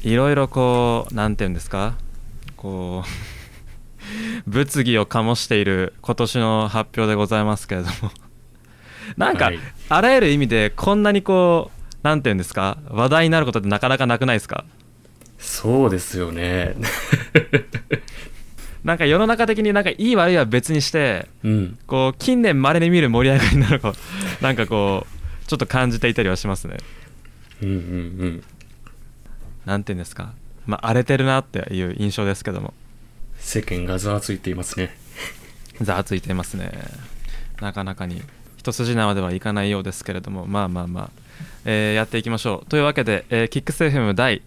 いろいろこうなんていうんですか、こう物議を醸している今年の発表でございますけれどもなんか、 はい。 あらゆる意味でこんなにこうなんていうんですか、話題になることってなかなかなくないですか？ そうですよね。 なんか世の中的になんかいい悪いは別にして、 うん。 こう近年稀に見る盛り上がりになるのをなんかこうちょっと感じていたりはしますね。 うんうんうん。 なんていうんですか、まあ荒れてるなっていう印象ですけども、 世間がざわついていますね。 ざわついていますね。なかなかに一筋縄ではいかないようですけれども、まあまあまあ、やっていきましょうというわけで、キックス FM 第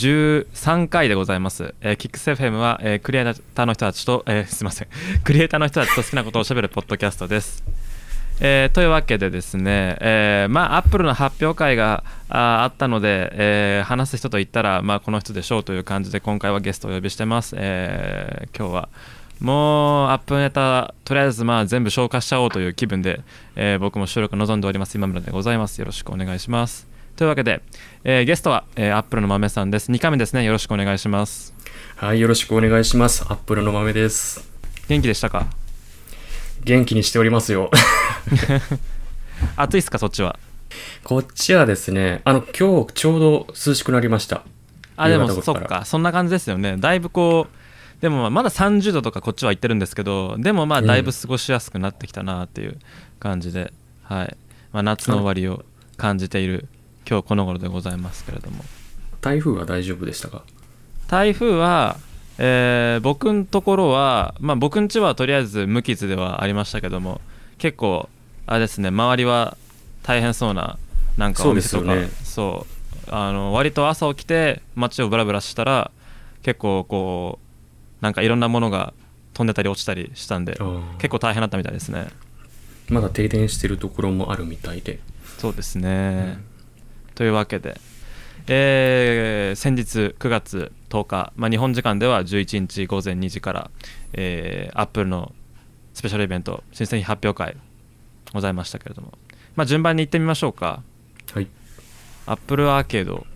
13回でございます。キックス FM は、クリエイターの人たちと、すいませんクリエイターの人たちと好きなことをしゃべるポッドキャストです。というわけでですね、まあアップルの発表会があったので、話す人といったら、まあ、この人でしょうという感じで今回はゲストをお呼びしてます。今日はもうアップルネタとりあえずまあ全部消化しちゃおうという気分で、僕も収録望んでおります今村でございます。よろしくお願いします。というわけで、ゲストは、アップルの豆さんです。2回目ですね。よろしくお願いします。 はい、よろしくお願いします。アップルの豆です。 元気でしたか？ 元気にしておりますよ。 暑いっすかそっちは？ こっちはですね、今日ちょうど涼しくなりました。夕でも方頃から。 そっか、そんな感じですよね。だいぶこうでもまだ30度とかこっちは行ってるんですけど、でもまあだいぶうん。 過ごしやすくなってきたなっていう感じで、はい、まあ、夏の終あの、 わりを感じている今日この頃でございますけれども、 台風は大丈夫でしたか？ 台風は、僕のところは、まあ、僕ん家はとりあえず無傷ではありましたけども、結構あれですね、周りは大変そうな、なんかそうでお店とか、 すよね。 そう割と朝起きて街をブラブラしたら結構こうなんかいろんなものが飛んでたり落ちたりしたんで、 あー、 結構大変だったみたいですね。 まだ停電してるところもあるみたいで。 そうですうね。 ん。 というわけで、先日9月10日、まあ、日本時間では11日午前2時から、アップルのスペシャルイベント新製品発表会ございましたけれども、まあ、順番に行ってみましょうか。 はい。 アップルアーケード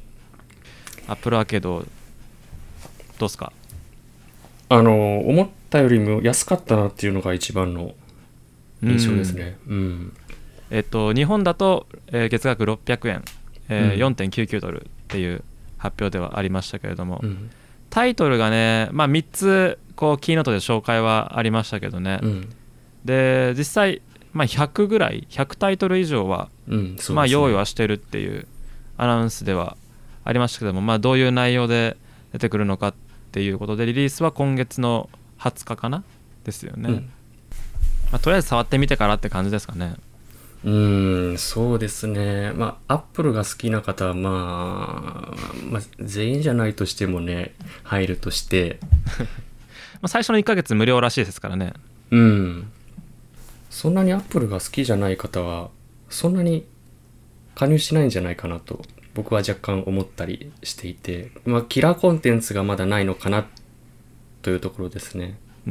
どうすか？ 思ったよりも安かったなっていうのが一番のう印象ですん。 ね。うん。 日本だと、月額600円、 うん。 4.99ドルっていう発表ではありましたけれども、 うん。 タイトルがね、まあ、3つこうキーノートで紹介はありましたけどね。 うん。 で実際、まあ、100ぐらい100タイトル以上は、 うん。そうまあ、 ですね。 用意はしてるっていうアナウンスではありましたけども、まあ、どういう内容で出てくるのかっていうことでリリースは今月の20日かなですよね。 うん。 まあ、とりあえず触ってみてからって感じですかね。 そうですね。まあ、アップルが好きな方は、まあ、全員じゃないとしてもね、入るとして、 まあ、最初の1ヶ月無料らしいですからね。 うん。そんなにアップルが好きじゃない方は、そんなに加入しないんじゃないかなと、僕は若干思ったりしていて、まあ、キラーコンテンツがまだないのかなというところですね。 うん、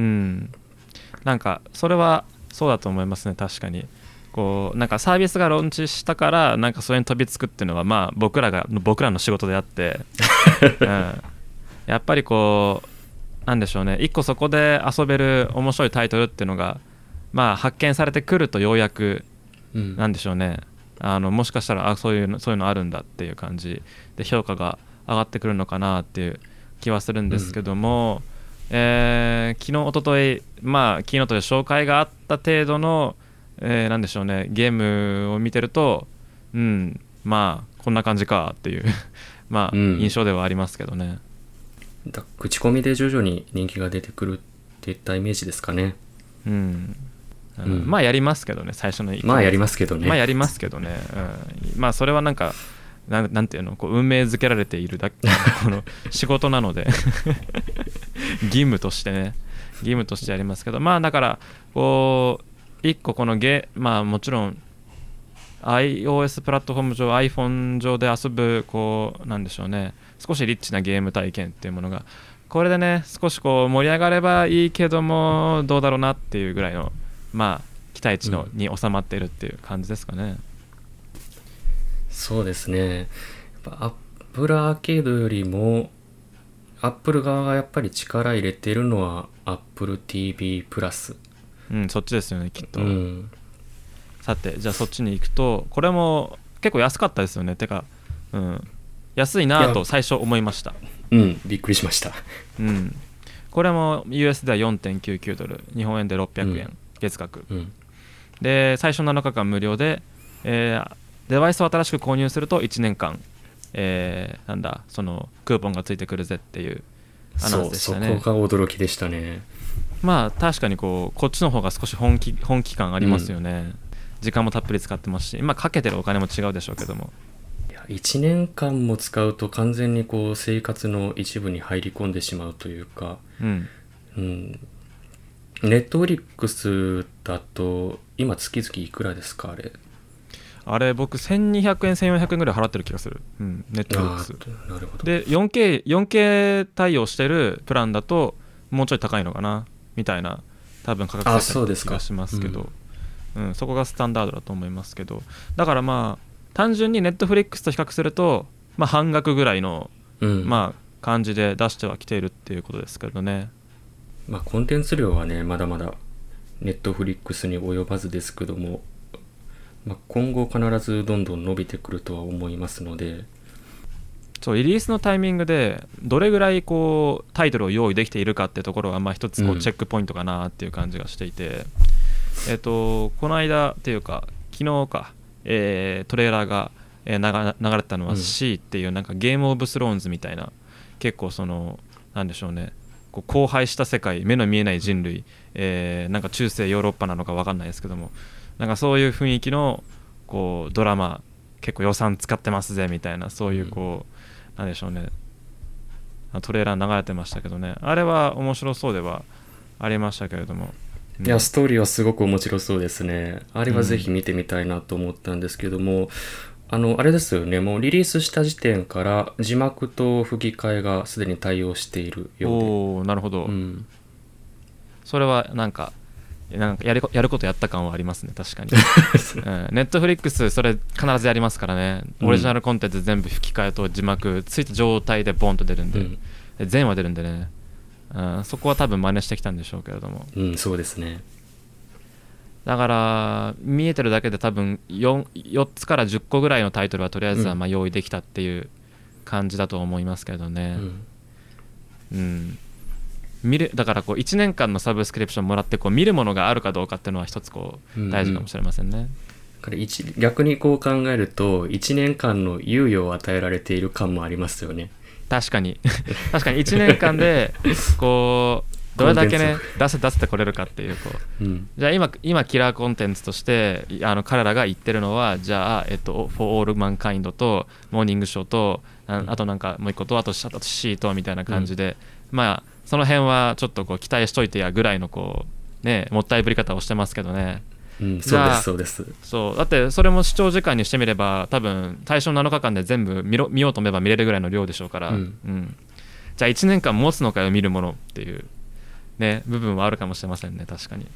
なんかそれはそうだと思いますね。確かにこうなんかサービスがローンチしたからなんかそれに飛びつくっていうのはまあ僕らの仕事であって、うん、やっぱりこうなんでしょうね、一個そこで遊べる面白いタイトルっていうのがまあ発見されてくるとようやくうん。 なんでしょうね、もしかしたらそういうのあるんだっていう感じで評価が上がってくるのかなっていう気はするんうん。 ですけども、昨日一昨日まあキーノートで紹介があった程度の、なんでしょうね、ゲームを見てると、まあこんな感じかっていうまあ印うん。 象ではありますけどね。 口コミで徐々に人気が出てくるっていったイメージですかね。 うん、 うん。 まあやりますけどね、最初の1ヶ月まあやりますけどね。 まあやりますけどね、まあそれはなんかなんていうの、こう運命づけられているこの仕事なので義務としてやりますけど、まあだからこう一個このまあもちろん iOS プラットフォーム上 iPhone 上で遊ぶこうなんでしょうね、少しリッチなゲーム体験っていうものがこれでね少しこう盛り上がればいいけどもどうだろうなっていうぐらいのまあ期待値うん。 に収まっているっていう感じですかね。 そうですね。やっぱアップルアーケードよりも Apple 側がやっぱり力入れてるのは Apple TV プラス。 うん、そっちですよねきっと、 うん。 さてじゃあそっちに行くとこれも結構安かったですよね。てか、うん、安いなと最初思いました。 うん、びっくりしました。 うん、これも US では $4.99 日本円で600円、月額うん。 で最初7日間無料で、デバイスを新しく購入すると1年間、なんだそのクーポンがついてくるぜっていうアナウンスでしたね。 そこが驚きでしたね。 まあ確かにこっちの方が少し本気感ありますよね、時間もたっぷり使ってますし、まあかけてるお金も違うでしょうけども、 いや、1年間も使うと完全にこう生活の一部に入り込んでしまうというか、 うん、 うん。ネットフリックスだと今月々いくらですか、あれ。 あれ僕1200円1400円ぐらい払ってる気がする、うん、ネットフリックスなるほど。 で 4K 対応してるプランだともうちょい高いのかなみたいな多分価格設定な気がしますけど、そこがスタンダードだと思いますけど、だからまあ単純にネットフリックスと比較すると、まあ、半額ぐらいの、まあ感じで出してはきているっていうことですけどね。 まあコンテンツ量はねまだまだネットフリックスに及ばずですけども、まあ、今後必ずどんどん伸びてくるとは思いますので、 そうリリースのタイミングでどれぐらいこうタイトルを用意できているかっていうところがまあ一つこうチェックポイントかなっていう感じがしていて、この間っていうか昨日か、トレーラーが、流れてたのは C っていうなんかゲームオブスローンズみたいな、結構そのなんでしょうね、こう荒廃した世界、目の見えない人類、なんか中世ヨーロッパなのか分かんないですけども、なんかそういう雰囲気のこうドラマ結構予算使ってますぜみたいな、そういうこう、なんでしょうね、トレーラー流れてましたけどね、あれは面白そうではありましたけれども、 いやストーリーはすごく面白そうですね。あれはぜひ見てみたいなと思ったんですけども、あれですよね、もうリリースした時点から字幕と吹き替えがすでに対応しているようで。 おーなるほど、それはなんかやることやった感はありますね確かに、ネットフリックスそれ必ずやりますからね、オリジナルコンテンツ全部吹き替えと字幕ついた状態でボンと出るんで、全話出るんでね、そこは多分真似してきたんでしょうけれども、 そうですね。 だから見えてるだけで多分 4つから10個ぐらいのタイトルはとりあえずはまあ用意できたっていう感じだと思いますけどね、だからこう1年間のサブスクリプションもらってこう見るものがあるかどうかっていうのは一つこう大事かもしれませんね、 逆にこう考えると1年間の猶予を与えられている感もありますよね。 確かに1年間でこうどれだけね出せてこれるかっていうじゃあ今キラーコンテンツとして彼らが言ってるのはじゃあFor All Mankind とモーニングショーとあとなんかもう一個とあとシートみたいな感じで、まあその辺はちょっとこう期待しといてやぐらいのこうねもったいぶり方をしてますけどね。 そうです。 そうだってそれも視聴時間にしてみれば多分最初の7日間で全部見ようと思えば見れるぐらいの量でしょうから、じゃあ1年間持つのかよ見るものっていうね部分はあるかもしれませんね確かに、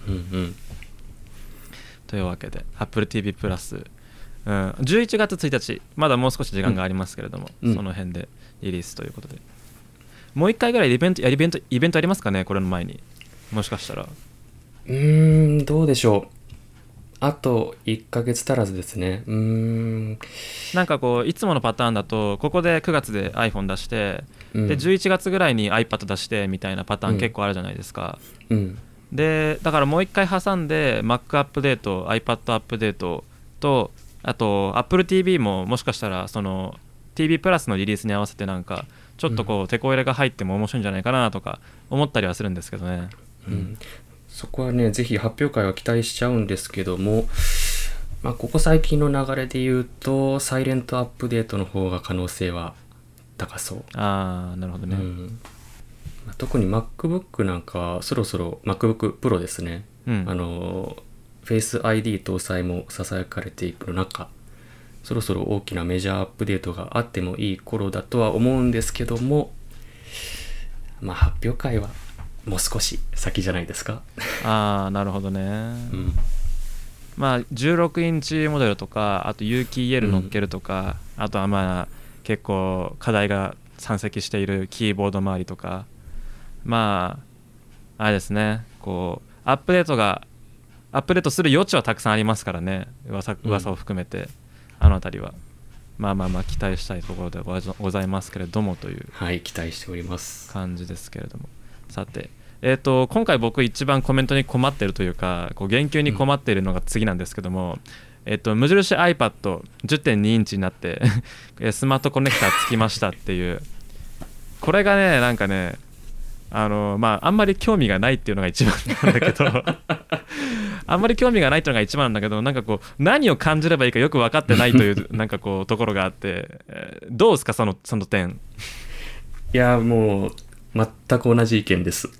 というわけで Apple TV プラス、11月1日まだもう少し時間がありますけれども、その辺でリリースということで、もう1回ぐらいイベントありますかねこれの前に、もしかしたらどうでしょう。あと1ヶ月足らずですね。 なんかこういつものパターンだとここで9月で iPhone 出して、で11月ぐらいに iPad 出してみたいなパターン結構あるじゃないですか、でだからもう1回挟んで Mac アップデート iPad アップデートとあと Apple TV ももしかしたらその TV プラスのリリースに合わせてなんかちょっとこうテこ入れが入っても面白いんじゃないかなとか思ったりはするんですけどね、 そこはねぜひ発表会は期待しちゃうんですけども、ここ最近の流れで言うとサイレントアップデートの方が可能性は高そう。 なるほどね、 特に MacBook なんかそろそろ MacBook Pro ですね、Face ID 搭載もささやかれていく中、そろそろ大きなメジャーアップデートがあってもいい頃だとは思うんですけども、発表会はもう少し先じゃないですか。 なるほどね、16インチモデルとかあと有機 EL 乗っけるとか、あとは結構課題が山積しているキーボード周りとか、まああれですね、こうアップデートする余地はたくさんありますからね、噂を含めて、あのあたりはまあ期待したいところでございますけれどもという、 はい、期待しております感じですけれども、さて今回僕一番コメントに困っているというか、こう言及に困っているのが次なんですけども、無印 iPad10.2 インチになってスマートコネクターつきましたっていう、これがねなんかねあんまり興味がないっていうのが一番なんだけどあんまり興味がないっていうのが一番なんだけど、なんかこう何を感じればいいかよく分かってないというなんかこうところがあって、どうですかその点。 いやもう全く同じ意見です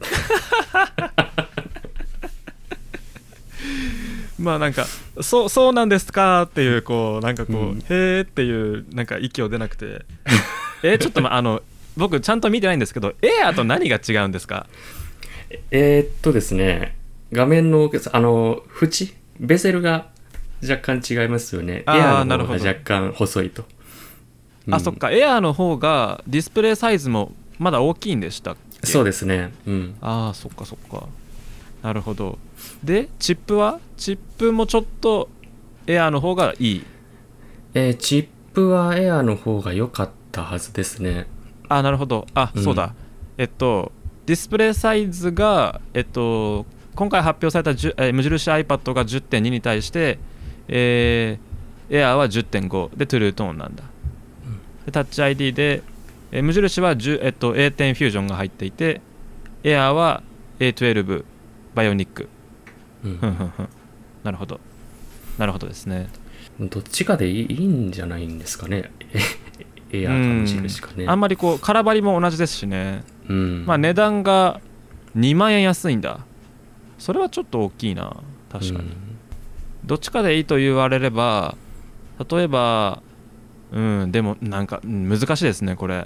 まあなんかそうなんですかっていう、こうなんかこう、へーっていうなんか息を出なくてちょっと僕ちゃんと見てないんですけど、エアーと何が違うんですか？ ですね、画面の縁ベゼルが若干違いますよね。エアーの方が若干細いと。 そっか、エアーの方がディスプレイサイズもまだ大きいんでしたっけ？ そうですね、 そっかなるほど。でチップもちょっとエアーの方がいい？ チップはエアーの方が良かったはずですね。 なるほど。そうだ、ディスプレイサイズが今回発表された無印 iPad が 10.2 に対して、エアーは 10.5 でトゥルートーンなんだ。でタッチ ID で、無印は、A10 フュージョンが入っていて、エアーは A12 バイオニック。なるほどですね。 どっちかでいいんじゃないんですかねエアーか無印かね。 あんまりこう空張りも同じですしね。値段が2万円安いんだ。それはちょっと大きいな、確かに。どっちかでいいと言われれば、例えばでもなんか難しいですねこれ。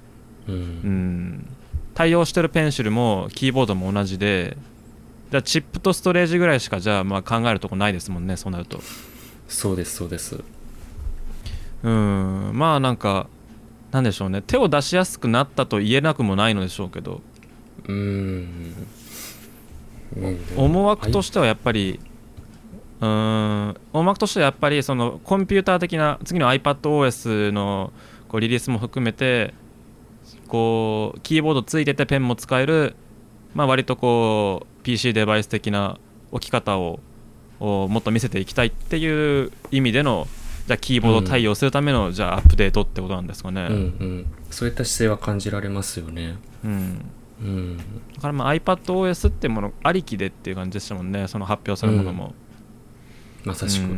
対応してるペンシルもキーボードも同じで、じゃあチップとストレージぐらいしかじゃあ考えるとこないですもんね、そうなると。 そうですなんかなんでしょうね、手を出しやすくなったと言えなくもないのでしょうけど、思惑としてはやっぱりそのコンピューター的な次の iPadOS のこうリリースも含めて、こうキーボードついててペンも使える、割とこう PC デバイス的な置き方をもっと見せていきたいっていう意味での、じゃあキーボード対応するための、じゃあアップデートってことなんですかね。 そういった姿勢は感じられますよね。 だからiPadOS ってものありきでっていう感じでしたもんね、その発表するものも。 まさしく、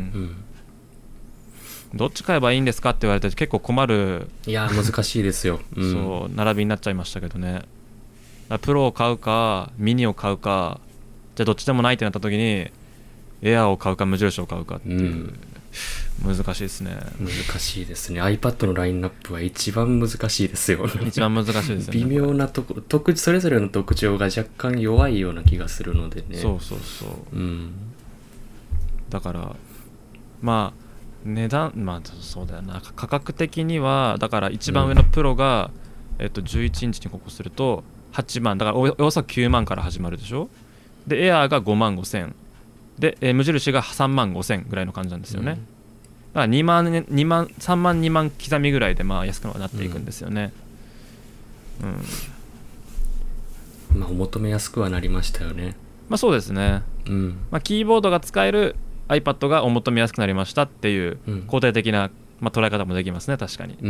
どっち買えばいいんですかって言われて結構困る。 いや難しいですよ、 そう並びになっちゃいましたけどね。プロを買うかミニを買うか、じゃあどっちでもないってなった時にエアーを買うか無印を買うかっていう、難しいですね。 難しいですね。 iPad のラインナップは一番難しいですよ一番難しいですよね。 微妙なとこそれぞれの特徴が若干弱いような気がするのでね。 そう、だから値段そうだよな、価格的にはだから一番上のプロが、11インチにここすると8万だからおよそ9万から始まるでしょ。でエアーが5万5千で、無印が3万5千ぐらいの感じなんですよね。だから3万2万刻みぐらいで安くはなっていくんですよね。 お求めやすくはなりましたよね。 そうですね。キーボードが使える iPad がお求めやすくなりましたっていう肯定的な、捉え方もできますね、確かに。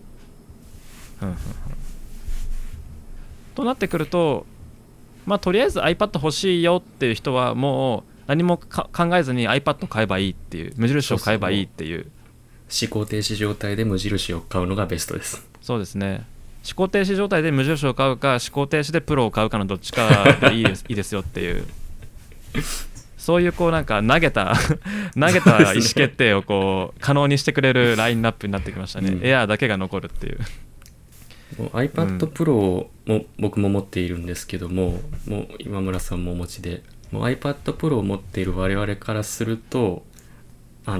となってくると、とりあえず iPad 欲しいよっていう人はもう何も考えずに iPad 買えばいいっていう、無印を買えばいいっていう、 思考停止状態で無印を買うのがベストです。 そうですね。思考停止状態で無印を買うか、思考停止でプロを買うかのどっちかでいいですよっていうそういうこうなんか投げた意思決定をこう可能にしてくれるラインナップになってきましたね。エアーだけが残るっていう。 もう iPad Pro も僕も持っているんですけども、もう今村さんもお持ちで、もう iPad Pro を持っている我々からすると、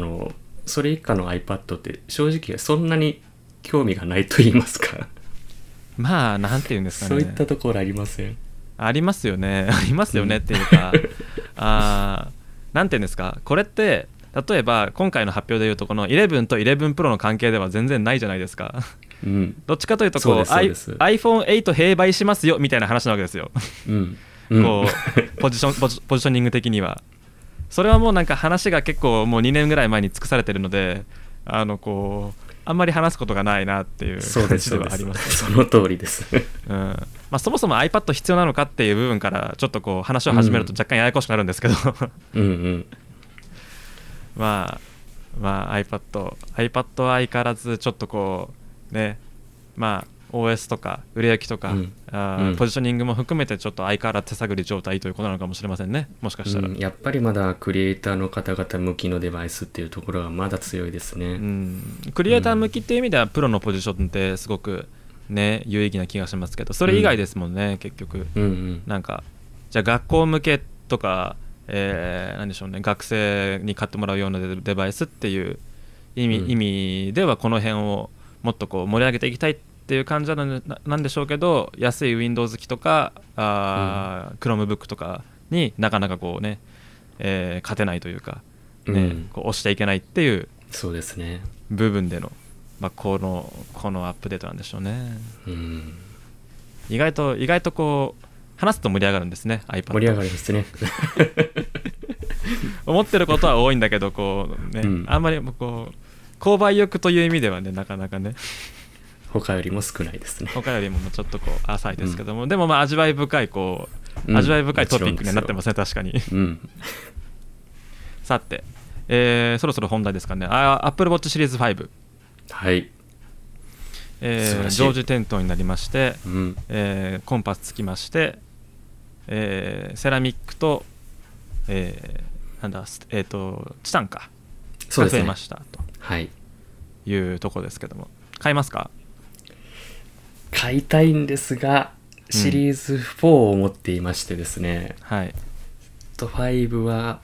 それ以下の iPad って正直そんなに興味がないと言いますかまあなんていうんですかね、 そういったところありません？ ありますよねありますよねっていうか、なんていうんですか、これって例えば今回の発表でいうとこの11と11 Pro の関係では全然ないじゃないですかうん。 どっちかというとこう、 そうです。 iPhone8 併売しますよみたいな話なわけですようんうんこうポジショニング的にはそれはもうなんか話が結構もう2年ぐらい前に尽くされてるので、こうあんまり話すことがないなっていうそうです感じではあります、 その通りです。 まあ、そもそも iPad 必要なのかっていう部分からちょっとこう話を始めると若干ややこしくなるんですけど、 うんうん。 まあ iPad は相変わらずちょっとこうね、まあ OS とか売れ行きとか、ポジショニングも含めてちょっと相変わらず手探り状態ということなのかもしれませんね、もしかしたら、 やっぱりまだクリエイターの方々向きのデバイスっていうところがまだ強いですね。 クリエイター向きっていう意味ではプロのポジションってすごくね有意義な気がしますけど、それ以外ですもんね、結局、なんかじゃあ学校向けとか、なんでしょうね、学生に買ってもらうようなデバイスっていう意味ではこの辺をもっとこう盛り上げていきたいっていう感じなんでしょうけど、安い Windows 機とかChromebook とかになかなかこうね、勝てないというか、こう押していけないっていうそうですね部分での、このアップデートなんでしょうね。意外とこう話すと盛り上がるんですね iPad。 盛り上がりますね思ってることは多いんだけどこうね、あんまりこう購買欲という意味ではねなかなかね他よりも少ないですね。 他よりもちょっとこう浅いですけども、でもまあ味わい深いこう、味わい深いトピックにはなってますね、確かにさて、そろそろ本題ですかね。Apple Watch シリーズ5、 はい、 常時点灯になりまして、コンパスつきまして、セラミックと、なんだチタンかが増えましたというところですけども、買いますか？ 買いたいんですがシリーズ4を持っていましてですね、5は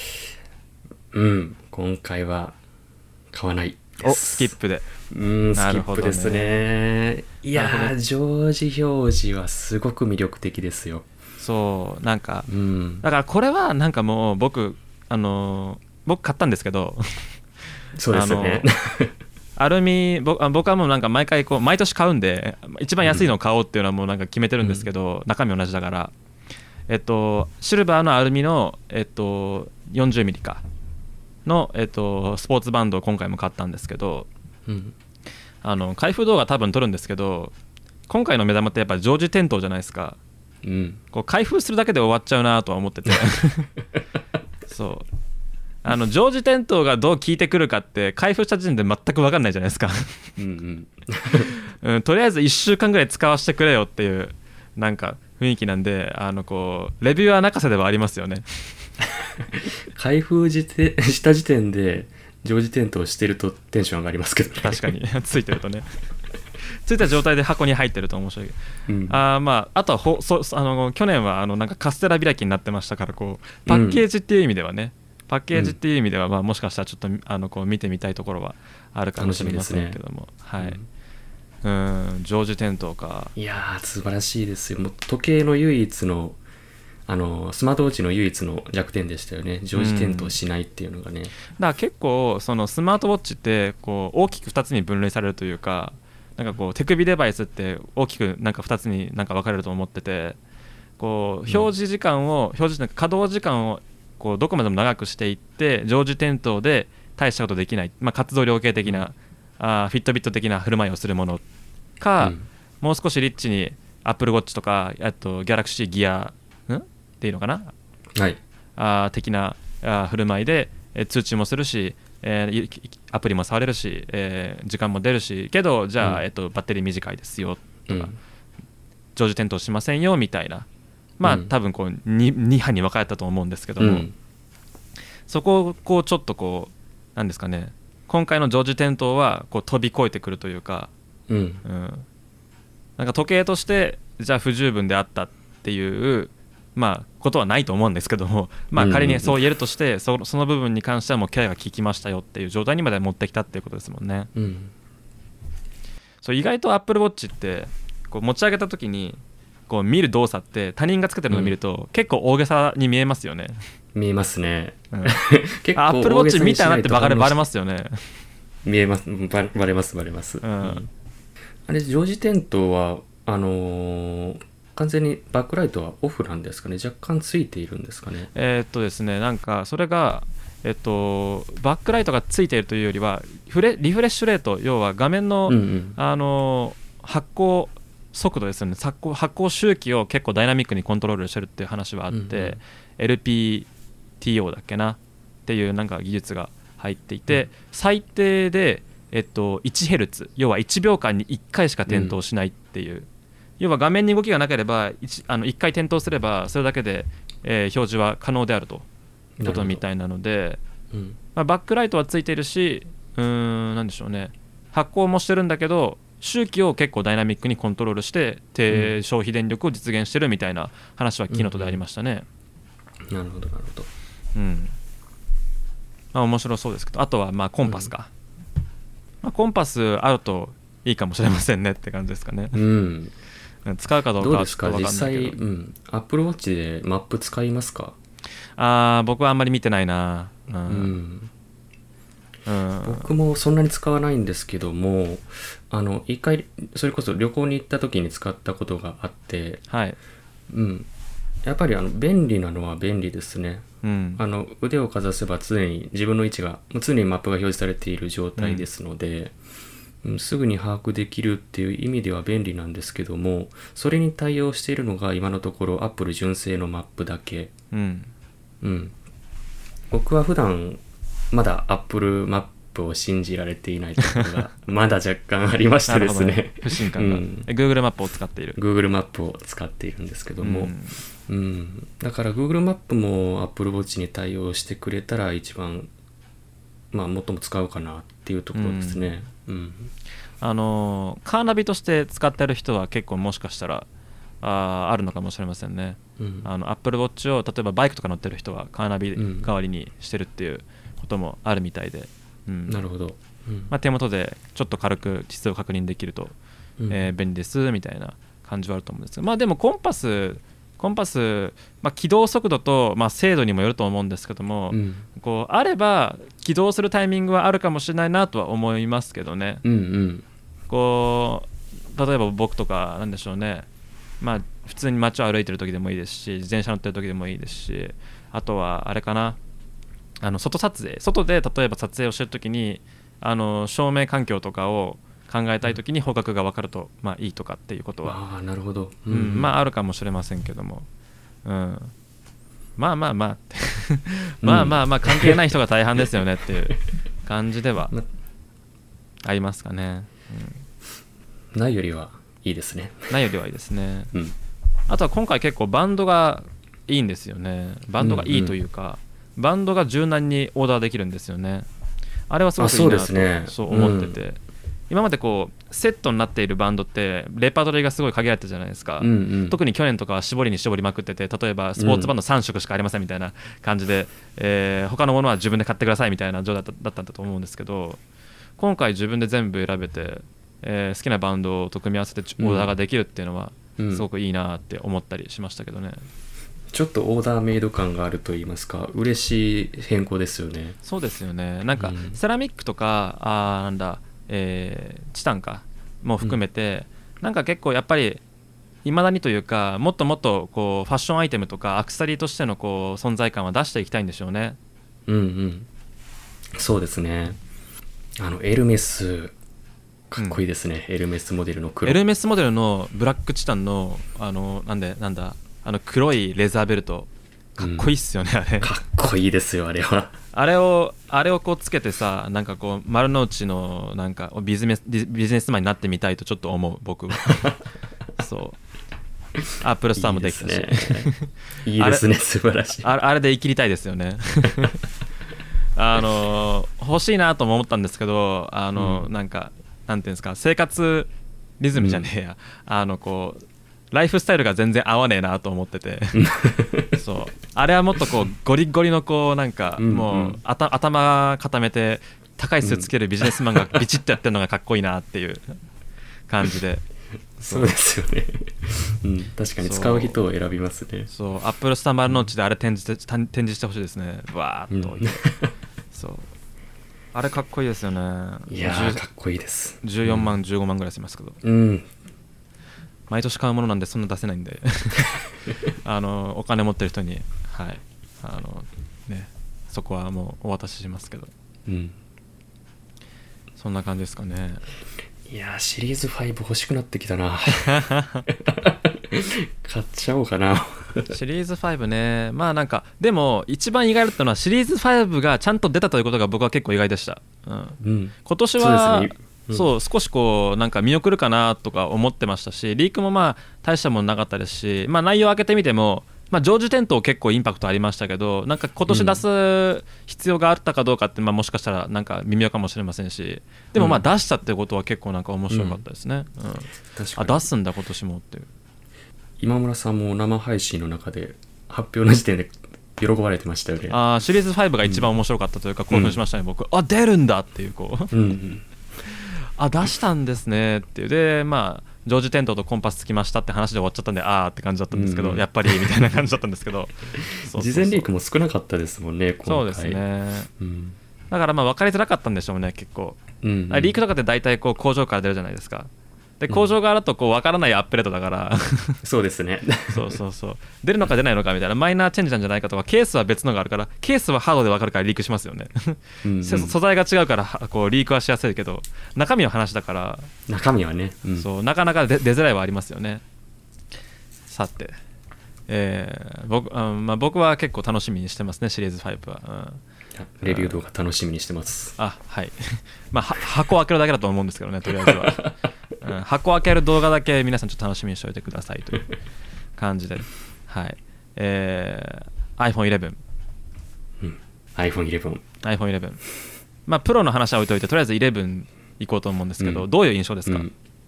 今回は買わないです。 スキップで。 スキップですね。いやー、常時表示はすごく魅力的ですよ。 そうなんか、だからこれはなんかもう僕買ったんですけどそうですよねアルミ僕はもうなんか毎回こう毎年買うんで一番安いのを買おうっていうのはもうなんか決めてるんですけど、中身同じだからシルバーのアルミの40ミリかのスポーツバンドを今回も買ったんですけど、開封動画多分撮るんですけど、今回の目玉ってやっぱ常時点灯じゃないですか。こう開封するだけで終わっちゃうなとは思っててそう常時点灯がどう効いてくるかって開封した時点で全く分かんないじゃないですかとりあえず1週間ぐらい使わせてくれよっていうなんか雰囲気なんで、こうレビュアー泣かせではありますよね開封した時点で常時点灯してるとテンション上がりますけどね。 確かについてるとねついた状態で箱に入ってると面白い、あとは去年はなんかカステラ開きになってましたから、こうパッケージっていう意味ではね、もしかしたらちょっとこう見てみたいところはあるかもしれませんけども、常時点灯か。 いやー素晴らしいですよ。もう時計の唯一のスマートウォッチの唯一の弱点でしたよね、常時点灯しないっていうのがね。 だから結構そのスマートウォッチってこう大きく2つに分類されるというか、なんかこう手首デバイスって大きくなんか2つになんか分かれると思ってて、こう表示稼働時間をこうどこまでも長くしていって常時点灯で大したことできない、活動量計的な、フィットビット的な振る舞いをするものか、もう少しリッチに Apple Watch とかGalaxy Gear っていうのかな、的な振る舞いで通知もするし、アプリも触れるし、時間も出るしけどじゃあ、バッテリー短いですよとか、常時点灯しませんよみたいな、多分こう 2派に分かれたと思うんですけども、そこをこうちょっとこうなんですかね、今回の常時点灯はこう飛び越えてくるというか、なんか時計としてじゃあ不十分であったっていうことはないと思うんですけども、仮にそう言えるとして、その部分に関してはもうケアが効きましたよっていう状態にまで持ってきたっていうことですもんね。そう意外と Apple Watch ってこう持ち上げた時にこう見る動作って他人がつけてるのを見ると結構大げさに見えますよね、 見えますね、 結構アップルウォッチ見たなってバレますよね。 見えます、バレます、あれ常時点灯は完全にバックライトはオフなんですかね、若干ついているんですかね。 ですね、なんかそれがバックライトがついているというよりはリフレッシュレート、要は画面の、発光速度ですよね、発光周期を結構ダイナミックにコントロールしてるっていう話はあって、LPTO だっけなっていうなんか技術が入っていて、最低で、1Hz、要は1秒間に1回しか点灯しないっていう、要は画面に動きがなければ 1回点灯すればそれだけで、表示は可能であるということみたいなので、バックライトはついているし、なんでしょうね、発光もしてるんだけど周期を結構ダイナミックにコントロールして低消費電力を実現してるみたいな話はキーノートでありましたね。 なるほどなるほど。 面白そうですけど、あとはまあコンパスか、コンパスあるといいかもしれませんねって感じですかね。使うかどうかはちょっと分かんないけど。 どうですか実際、Apple Watch でマップ使いますか？ 僕はあんまり見てないな。 僕もそんなに使わないんですけども、一回それこそ旅行に行った時に使ったことがあって、やっぱり便利なのは便利ですね。腕をかざせば常に自分の位置が常にマップが表示されている状態ですので、すぐに把握できるっていう意味では便利なんですけども、それに対応しているのが今のところ Apple 純正のマップだけ。僕は普段まだ Apple マップを信じられていないところがまだ若干ありましてですね不信感が、Google マップを使っている。 Google マップを使っているんですけども、だから Google マップも Apple Watch に対応してくれたら一番最も使うかなっていうところですね。 カーナビとして使ってる人は結構もしかしたらあるのかもしれませんね。Apple Watch を例えばバイクとか乗ってる人はカーナビ代わりにしてるっていうこともあるみたいで、 なるほど。 手元でちょっと軽く地図を確認できると、便利ですみたいな感じはあると思うんですが、でもコンパス、起動速度と、精度にもよると思うんですけども、こうあれば起動するタイミングはあるかもしれないなとは思いますけどね。こう例えば僕とかなんでしょうね、普通に街を歩いてる時でもいいですし、自転車乗ってる時でもいいですし、あとはあれかな、外で例えば撮影をしてる時に照明環境とかを考えたい時に方角が分かるといいとかっていうことはなるほど、 あるかもしれませんけども、まあ関係ない人が大半ですよねっていう感じではありますかね。 ないよりはいいですね。 ないよりはいいですね。あとは今回結構バンドがいいんですよね。バンドがいいというか、バンドが柔軟にオーダーできるんですよね。あれはすごくいいなとそう思ってて、今までこうセットになっているバンドってレパートリーがすごい限られてたじゃないですか。特に去年とかは絞りに絞りまくってて、例えばスポーツバンド3色しかありませんみたいな感じで、他のものは自分で買ってくださいみたいな状態だったんだと思うんですけど、今回自分で全部選べて、好きなバンドと組み合わせてオーダーができるっていうのはすごくいいなって思ったりしましたけどね。 ちょっとオーダーメイド感があると言いますか、嬉しい変更ですよね。 そうですよね。なんかセラミックとかチタンかも含めて、なんか結構やっぱり未だにというか、もっともっとこうファッションアイテムとかアクセサリーとしてのこう存在感は出していきたいんでしょうね。 そうですね。エルメスかっこいいですね。エルメスモデルの黒、 エルメスモデルのブラックチタンの黒いレザーベルトかっこいいっすよね、あれかっこいいですよ、あれは。 あれをこうつけてさ、なんかこう丸の内のなんかビジネスマンになってみたいとちょっと思う、僕はそうアップルストアもできたし、 いいですね、素晴らしい。 あれで生きりたいですよね欲しいなとも思ったんですけど、なんかなんていうんですか、生活リズムじゃねえや、こうライフスタイルが全然合わねえなと思っててそうあれはもっとこうゴリゴリのこうなんかもう頭固めて高いスーツつけるビジネスマンがビチッとやってるのがかっこいいなっていう感じでそうですよね。うん、確かに使う人を選びますね。 そうアップルスター丸の内であれ展示してほしいですね。わーっと、そうあれかっこいいですよね。 いやーかっこいいです。 14万、15万ぐらいしますけど、毎年買うものなんでそんな出せないんでお金持ってる人に、はいね、そこはもうお渡ししますけど、そんな感じですかね。 いやーシリーズ5欲しくなってきたな買っちゃおうかなシリーズ5ね。まあなんかでも一番意外だったのはシリーズ5がちゃんと出たということが僕は結構意外でした、今年はそう少しこうなんか見送るかなとか思ってましたし、リークもまあ大したものなかったですし、まあ内容を開けてみてもまあ、常時点灯結構インパクトありましたけど、なんか今年出す必要があったかどうかって、まあ、もしかしたらなんか微妙かもしれませんし、でもまあ出したってことは結構なんか面白かったですね、あ出すんだ今年もっていう。 今村さんも生配信の中で発表の時点で喜ばれてましたよね。 シリーズ5が一番面白かったというか興奮しましたね、僕。出るんだっていうこう出したんですねっていう。でまあ常時点灯とコンパスつきましたって話で終わっちゃったんでって感じだったんですけど、やっぱりみたいな感じだったんですけど事前リークも少なかったですもんね今回。 そうですね、だからまあ分かりづらかったんでしょうね結構、リークとかって大体こう工場から出るじゃないですか。で工場側だとこう分からないアップデートだからそうですねそう出るのか出ないのかみたいなマイナーチェンジなんじゃないかとか、ケースは別のがあるから、ケースはハードで分かるからリークしますよね素材が違うからこうリークはしやすいけど、中身の話だから中身はね、 そうなかなか出づらいはありますよね。さて、僕は結構楽しみにしてますねシリーズ5は、 レビュー動画楽しみにしてます。 はいまあ箱を開けるだけだと思うんですけどねとりあえずは箱開ける動画だけ皆さんちょっと楽しみにしておいてくださいという感じで、はい、iPhone11、iPhone11、まあプロの話は置いといてとりあえず11いこうと思うんですけど、どういう印象ですか？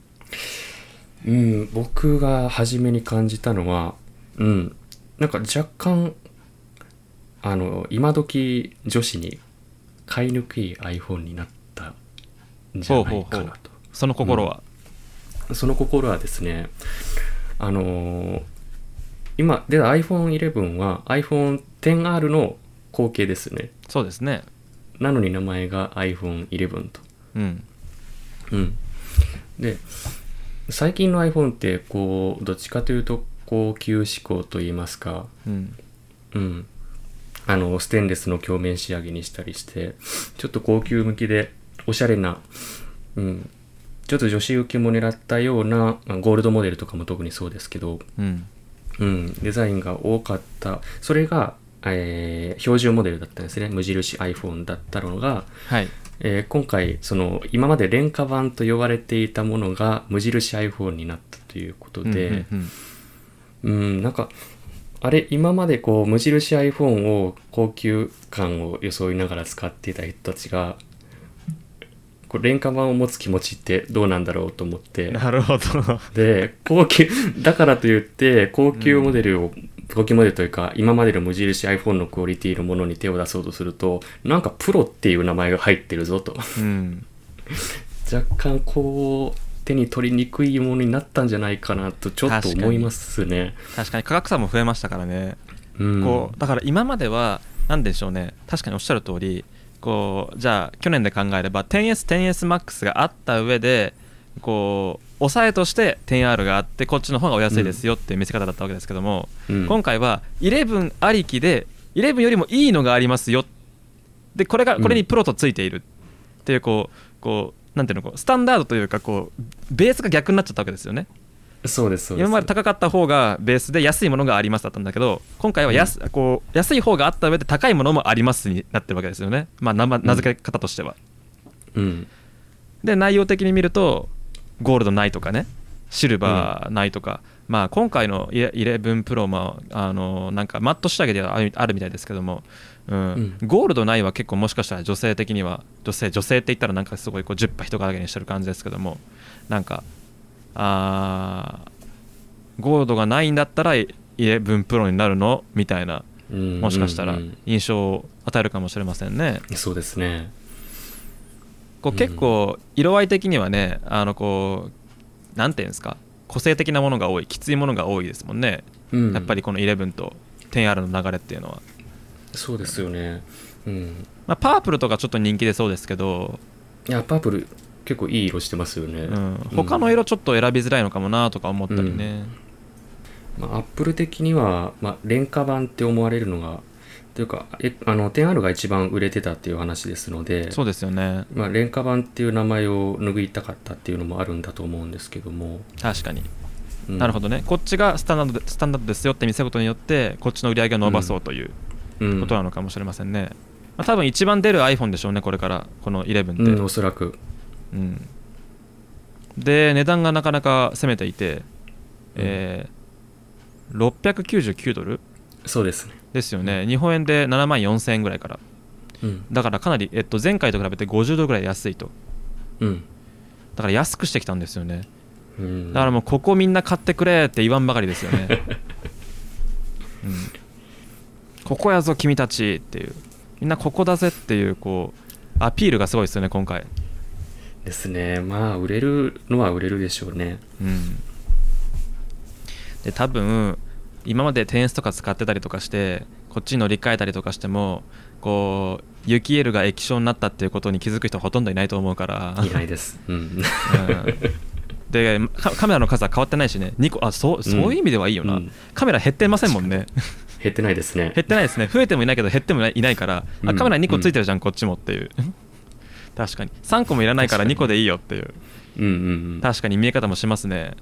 僕が初めに感じたのは、なんか若干今時女子に買いにくい iPhone になったんじゃないかなと。 その心は、 その心はですね、今出た iPhone11 は iPhone XR の後継ですね。 そうですね。 なのに名前が iPhone11 と。で最近の iPhone ってこうどっちかというと高級志向といいますか、ステンレスの鏡面仕上げにしたりしてちょっと高級向きでおしゃれな、ちょっと女子受けも狙ったようなゴールドモデルとかも特にそうですけど、デザインが多かった。それが、標準モデルだったんですね。無印 iPhone だったのが、今回その今まで廉価版と呼ばれていたものが無印 iPhone になったということで、なんかあれ今までこう無印 iPhone を高級感を装いながら使っていた人たちがこう廉価版を持つ気持ちってどうなんだろうと思って。 なるほど。 で高級だからといって高級モデルを、高級モデルというか今までの無印 iPhone のクオリティのものに手を出そうとするとなんかプロっていう名前が入ってるぞと、若干こう手に取りにくいものになったんじゃないかなとちょっと思いますね。 確かに価格差も増えましたからね、こうだから今までは何でしょうね、確かにおっしゃる通りこうじゃあ去年で考えれば 10S、10S Max があった上でこう抑えとして 10R があってこっちの方がお安いですよっていう見せ方だったわけですけども、今回は11ありきで11よりもいいのがありますよでこれにプロとついているっていうこうなんていうのスタンダードというかこうベースが逆になっちゃったわけですよね。 そうです。 今まで高かった方がベースで安いものがありますだったんだけど、今回は安い方があった上で高いものもありますになってるわけですよね。まあ名付け方としては、で内容的に見るとゴールドないとかね、シルバーないとか、まあ今回の11 Pro もなんかマット仕上げではあるみたいですけども、ゴールドないは結構もしかしたら女性的には女性って言ったらなんかすごいこう10羽人影にしてる感じですけども、なんかゴールドがないんだったら11 Pro になるのみたいな、もしかしたら印象を与えるかもしれませんね。 そうですね。 こう結構色合い的にはねこうなんていうんですか、 個性的なものが多い、きついものが多いですもんね、やっぱりこの11と 10R の流れっていうのは。 そうですよね。 パープルとかちょっと人気でそうですけど、 いやパープル結構いい色してますよね。 他の色ちょっと選びづらいのかもなとか思ったりね。 アップル的には、廉価版って思われるのがというか10R が一番売れてたっていう話ですので、 そうですよね。 廉価版っていう名前を拭いたかったっていうのもあるんだと思うんですけども。 確かに、なるほどね。こっちがスタンダードですよって見せることによってこっちの売り上げを伸ばそうということなのかもしれませんね。多分一番出る iPhone でしょうね、これからこの11って。 おそらく。 で値段がなかなか攻めていて、699ドルそうですね。 ですよね。日本円で7万4000円ぐらいから、だからかなり、前回と比べて50ドルぐらい安いと、だから安くしてきたんですよね。だからもうここみんな買ってくれって言わんばかりですよね。ここやぞ君たちっていう、みんなここだぜっていう、こうアピールがすごいですよね今回ですね。売れるのは売れるでしょうね。 で多分今までテンスとか使ってたりとかしてこっちに乗り換えたりとかしても、こうユキエルが液晶になったっていうことに気づく人はほとんどいないと思うから。 いないです。 でカメラの数は変わってないしね、2個そういう意味ではいいよな、カメラ減ってませんもんね。 減ってないですね。 減ってないですね。増えてもいないけど減ってもいないから、カメラ2個ついてるじゃん、こっちもっていう。確かに3個もいらないから2個でいいよっていう、確かに見え方もしますね。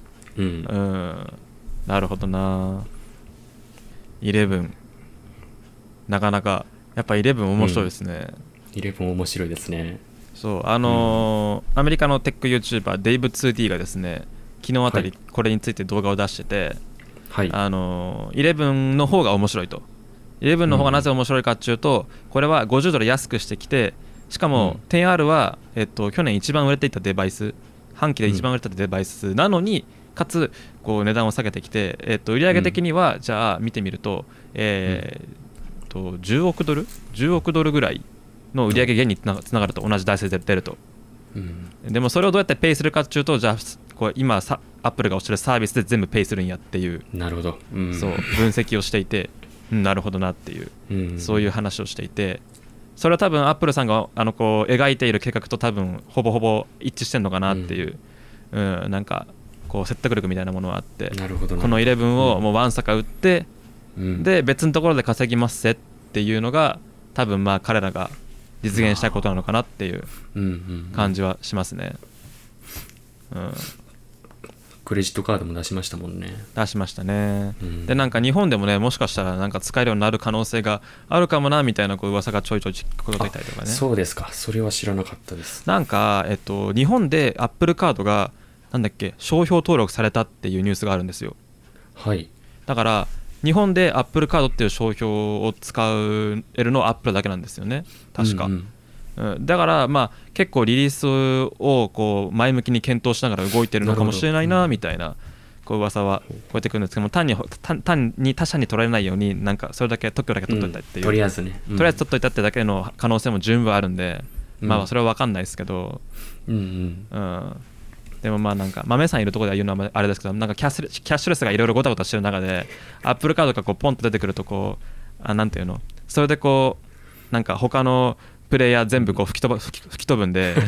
なるほどな。11なかなかやっぱ11面白いですね。 11面白いですね。 そうアメリカのテック YouTuber デイブ 2D がですね、昨日あたりこれについて動画を出してて、11の方が面白いと。11の方がなぜ面白いかっていうと、これは50ドル安くしてきて、しかも 10R は、去年一番売れていたデバイス、半期で一番売れていたデバイスなのに、かつこう値段を下げてきて、売上的にはじゃあ見てみると、10億ドルぐらいの売上減につながると、同じ台数で出ると。でもそれをどうやってペイするかっていうと、じゃあこう今アップルが推してるサービスで全部ペイするんやっていう、 なるほど、 そう分析をしていて、なるほどなっていう、そういう話をしていて、それは多分アップルさんがこう描いている計画と多分ほぼほぼ一致してんのかなっていう、なんかこう説得力みたいなものはあって、 なるほどな。 この11をもうワンサカ打って、で別のところで稼ぎますぜっていうのが多分彼らが実現したいことなのかなっていう感じはしますね。 クレジットカードも出しましたもんね。 出しましたね。でなんか日本でもね、もしかしたらなんか使えるようになる可能性があるかもなみたいなこう噂がちょいちょい聞こえていたりとかね。 そうですか。それは知らなかったです。 なんか日本でアップルカードがなんだっけ、商標登録されたっていうニュースがあるんですよ。だから日本でアップルカードっていう商標を使えるのはアップルだけなんですよね、確か。だから結構リリースをこう前向きに検討しながら動いてるのかもしれないなみたいなこう噂はこうやってくるんですけども、単に他社に取られないようになんかそれだけ特許だけ取っといたっていう、 とりあえずね、 とりあえず取っといたってだけの可能性も十分あるんで、それは分かんないですけど、でもなんか豆さんいるところでは言うのはあれですけど、なんかキャッシュレスがいろいろごたごたしてる中でアップルカードがこうポンと出てくるとこうなんていうの、それでこうなんか他のプレイヤー全部こう吹き飛ぶんで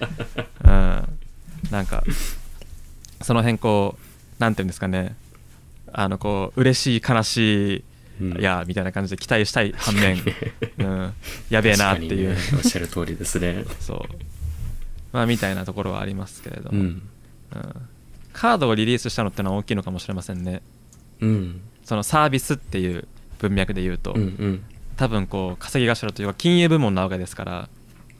なんかその辺こうなんていうんですかね、こう嬉しい悲しいやみたいな感じで期待したい反面、やべえなっていう、 おっしゃる通りですね。 そうみたいなところはありますけれども、カードをリリースしたのってのは大きいのかもしれませんね。そのサービスっていう文脈で言うと、多分こう稼ぎ頭というか金融部門なわけですから、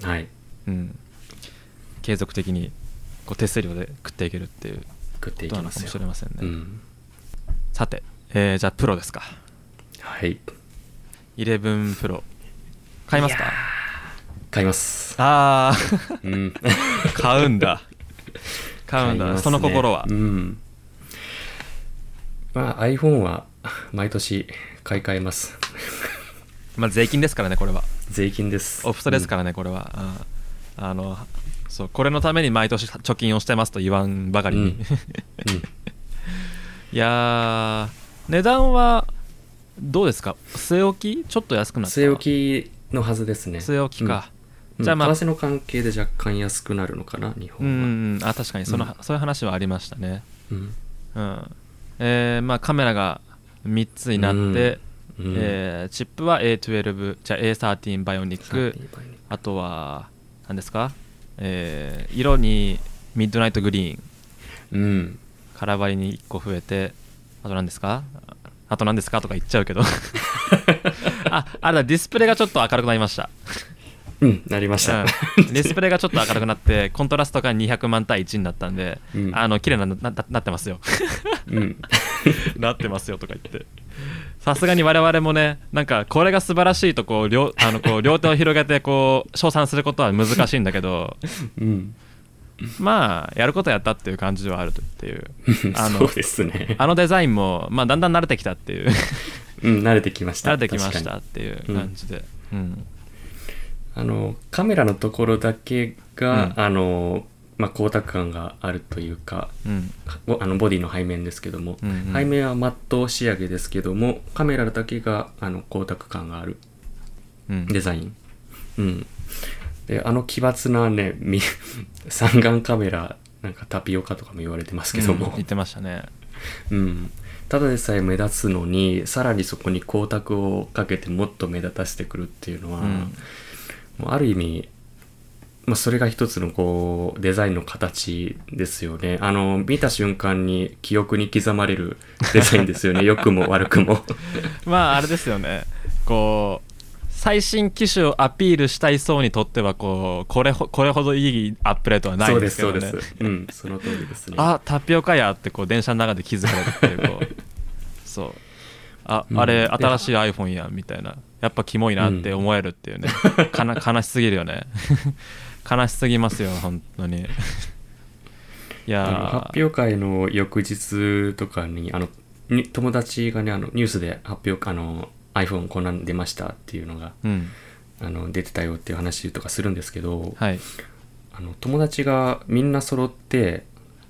継続的にこう手数料で食っていけるっていうことなのかもしれませんね。さて、じゃあプロですか。11プロ買いますか？ 買います。 買うんだその心は。 iPhone は毎年買い替えます。 税金ですからね、これは。 税金です。 オフトですからね、これは。そうこれのために毎年貯金をしてますと言わんばかりに、 いやー、値段はどうですか？据え置きちょっと安くなった？ 据え置きのはずですね。 据え置きか、 うん、 じゃあまあ為替の関係で若干安くなるのかな、日う本は。 ん、あ、確かにそういう話はありましたね。 うんうん。まあカメラが3つになって、 うんチップは A12 じゃあ A13 バイオニック、 13倍にあとは何ですか、色にミッドナイトグリーン、 うんカラーバリに1個増えて、あと何ですかとか言っちゃうけどあれだ、ディスプレイがちょっと明るくなりました。 うんなりました、 ディスプレイがちょっと明るくなってコントラストが200万対1になったんで、 うん綺麗ななってますようんなってますよとか言って、さすがに我々もね、なんかこれが素晴らしいとこう両手を広げてこう称賛することは難しいんだけどうんまあやることやったっていう感じではあるっていうそうですね。 デザインも、まあ、だんだん慣れてきたっていう慣れてきました。 慣れてきましたっていう感じで、 カメラのところだけが、光沢感があるというか、ボディの背面ですけども、背面はマット仕上げですけども、カメラだけが光沢感があるデザイン。で奇抜なね三眼カメラなんかタピオカとかも言われてますけども、 言ってましたね。 ただでさえ目立つのにさらにそこに光沢をかけてもっと目立たせてくるっていうのは、もうある意味、それが一つのこうデザインの形ですよね。見た瞬間に記憶に刻まれるデザインですよね良くも悪くもまああれですよね、こう最新機種をアピールしたい層にとってはこれほどいいアップデートはないですけどね。 そうです、その通りですね。 あ、タピオカやってこう電車の中で気づかれるっていうこうそうあれ新しい iPhone やみたいな、やっぱキモいなって思えるっていうね、悲しすぎるよね悲しすぎますよ本当にいや発表会の翌日とかに友達がねニュースで発表iPhone こんなん出ましたっていうのが、出てたよっていう話とかするんですけど、友達がみんな揃って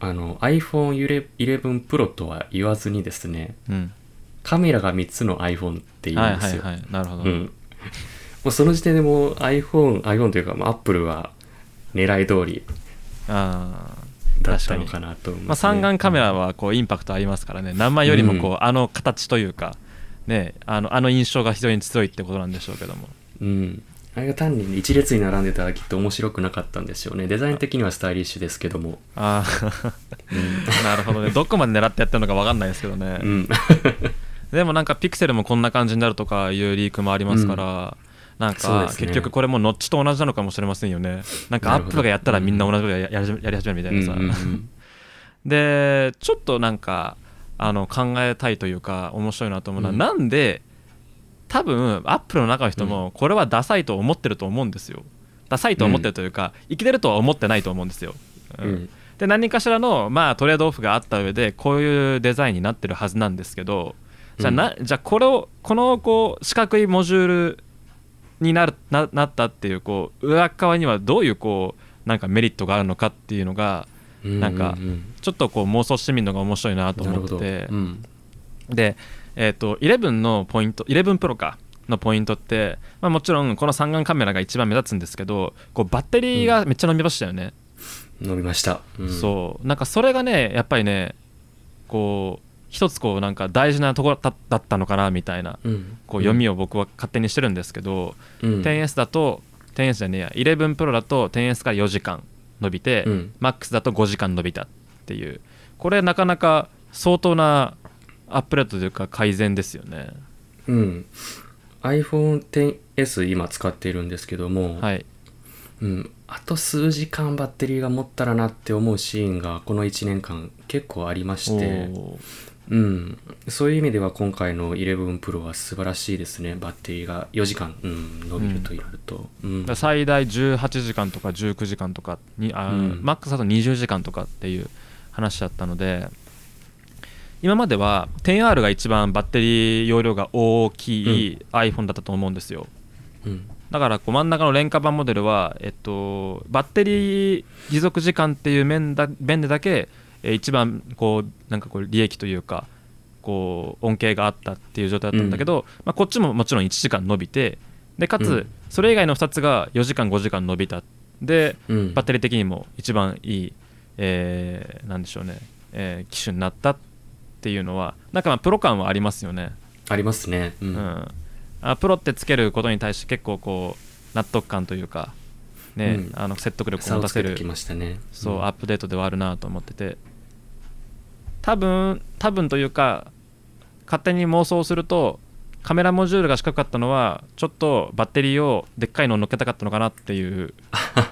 iPhone11 Pro とは言わずにですね、カメラが3つの iPhone って言うんですよ。 なるほど、 もうその時点でもう iPhone というかApple は狙い通りだったのかなと思います、ね。 三眼カメラはこうインパクトありますからね、何枚よりもこう、形というかね、印象が非常に強いってことなんでしょうけども、 あれが単に一列に並んでたらきっと面白くなかったんですよね。デザイン的にはスタイリッシュですけども。 なるほどね、どこまで狙ってやってるのか分かんないですけどね、でもなんかピクセルもこんな感じになるとかいうリークもありますから、なんか結局これもノッチと同じなのかもしれませんよね。なんかアップルがやったらみんな同じことやり始めるみたいなさ、でちょっとなんか考えたいというか面白いなと思うのは、なんで多分アップルの中の人もこれはダサいと思ってると思うんですよ。ダサいと思ってるというか、生きてるとは思ってないと思うんですよ。で何かしらのトレードオフがあった上でこういうデザインになってるはずなんですけど、じゃあこのこう四角いモジュールになったっていうこう裏側にはどういうこうなんかメリットがあるのかっていうのが、なんかちょっとこう妄想してみるのが面白いなと思ってて、で11のポイント、11プロかのポイントって、もちろんこの三眼カメラが一番目立つんですけど、こうバッテリーがめっちゃ伸びましたよね。 伸びました。 そうなんかそれがねやっぱりねこう一つこうなんか大事なところだったのかなみたいな、こう読みを僕は勝手にしてるんですけど、10S だと 10S じゃねえや11 Pro だと 10S から4時間伸びて、MAX だと5時間伸びたっていう、これなかなか相当なアップデートというか改善ですよね。 iPhone XS 今使っているんですけども、あと数時間バッテリーが持ったらなって思うシーンがこの1年間結構ありまして、そういう意味では今回の11 Pro は素晴らしいですね。バッテリーが4時間、伸びるとなると、 最大18時間とか19時間とかにMAX だと20時間とかっていう話だったので、今までは 10R が一番バッテリー容量が大きい iPhone だったと思うんですよ。だからこう真ん中の廉価版モデルは、バッテリー持続時間っていう面でだけ、 一番こうなんかこう利益というかこう恩恵があったっていう状態だったんだけど、まあ、こっちももちろん1時間伸びて、でかつそれ以外の2つが4時間5時間伸びたで、バッテリー的にも一番いい、なんでしょうね、機種になったっていうのはなんかまあプロ感はありますよね。 ありますね。 プロってつけることに対して結構こう納得感というかね、説得力を持たせるそう、アップデートではあるなと思ってて、多分というか勝手に妄想するとカメラモジュールが四角かったのはちょっとバッテリーをでっかいのを乗っけたかったのかなっていう、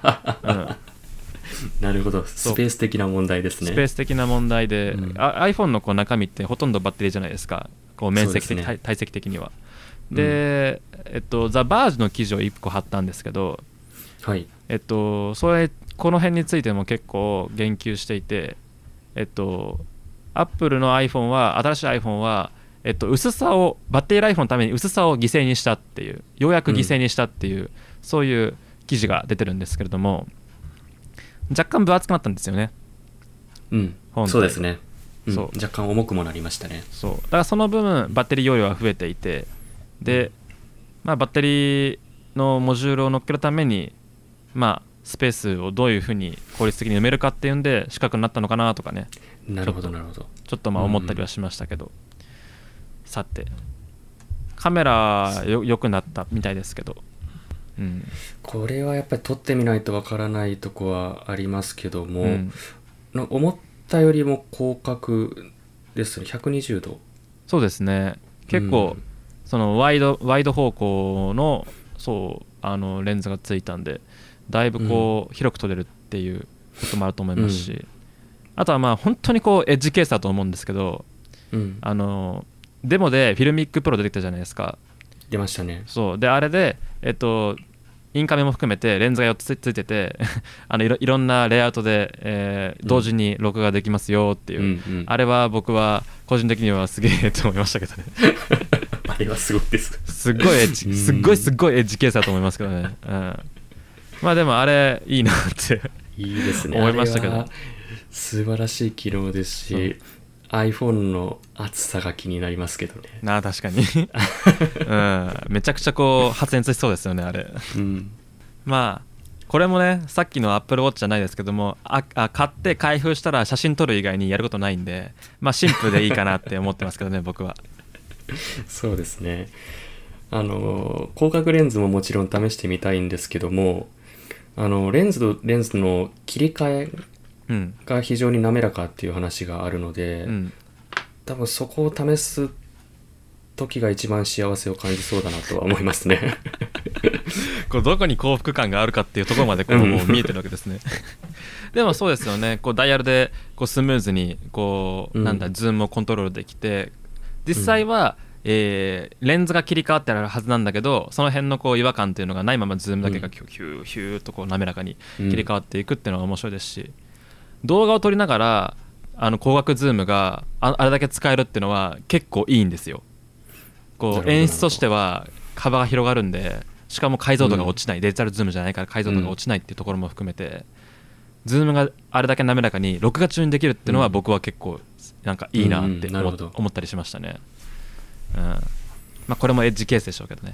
なるほど、スペース的な問題ですね。 スペース的な問題で、iPhone のこう中身ってほとんどバッテリーじゃないですか、こう面積的、体積的には。で、ザ・バージの記事を1個貼ったんですけど、 はい、 それこの辺についても結構言及していて、Apple の iPhone は新しい iPhone は、薄さをバッテリーライフのために薄さを犠牲にしたっていう、ようやく犠牲にしたっていう、そういう記事が出てるんですけれども、若干分厚くなったんですよね。 そうですね、若干重くもなりましたね。 そうだからその分バッテリー容量は増えていて、で、まあ、バッテリーのモジュールを乗っけるために、まあ、スペースをどういうふうに効率的に埋めるかっていうんで四角になったのかなとかね。 なるほどなるほど。 ちょっとまあ思ったりはしましたけど、さてカメラ良くなったみたいですけど、 これはやっぱり撮ってみないとわからないとこはありますけども、思ったよりも広角ですね。120度。 そうですね、結構、そのワイド方向のレンズがついたんで、だいぶこう、広く撮れるっていうこともあると思いますし、あとはまあ本当にこうエッジケースだと思うんですけど、デモでフィルミックプロ出てきたじゃないですか。 出ましたね。 そうで、あれでインカメも含めてレンズが4つついてていろんなレイアウトで、同時に録画できますよっていう、あれは僕は個人的にはすげえと思いましたけどね。 あれはすごいです。 すっごいエッジ、すっごいエッジケースだと思いますけどね。まあでもあれいいなっていいですね、 思いましたけど、 素晴らしい機能ですし、iPhone の厚さが気になりますけどね。 確かに、めちゃくちゃこう発煙しそうですよねあれ。まあこれもね、さっきの Apple Watch じゃないですけども、買って開封したら写真撮る以外にやることないんで、まあシンプルでいいかなって思ってますけどね僕は。 そうですね、広角レンズももちろん試してみたいんですけども、レンズの切り替えが非常に滑らかっていう話があるので、多分そこを試す時が一番幸せを感じそうだなとは思いますね。 こうどこに幸福感があるかっていうところまでこうもう見えてるわけですね。でもそうですよね、こうダイヤルでこうスムーズにこう、ズームをコントロールできて、実際は、レンズが切り替わってあるはずなんだけど、その辺のこう違和感っていうのがないままズームだけがヒューヒューとこう滑らかに切り替わっていくっていうのが面白いですし、動画を撮りながら広角ズームがあれだけ使えるっていうのは結構いいんですよ。こう演出としては幅が広がるんで、しかも解像度が落ちない、デジタルズームじゃないから解像度が落ちないっていうところも含めて、ズームがあれだけ滑らかに録画中にできるっていうのは僕は結構なんかいいなって思ったりしましたね。まあこれもエッジケースでしょうけどね。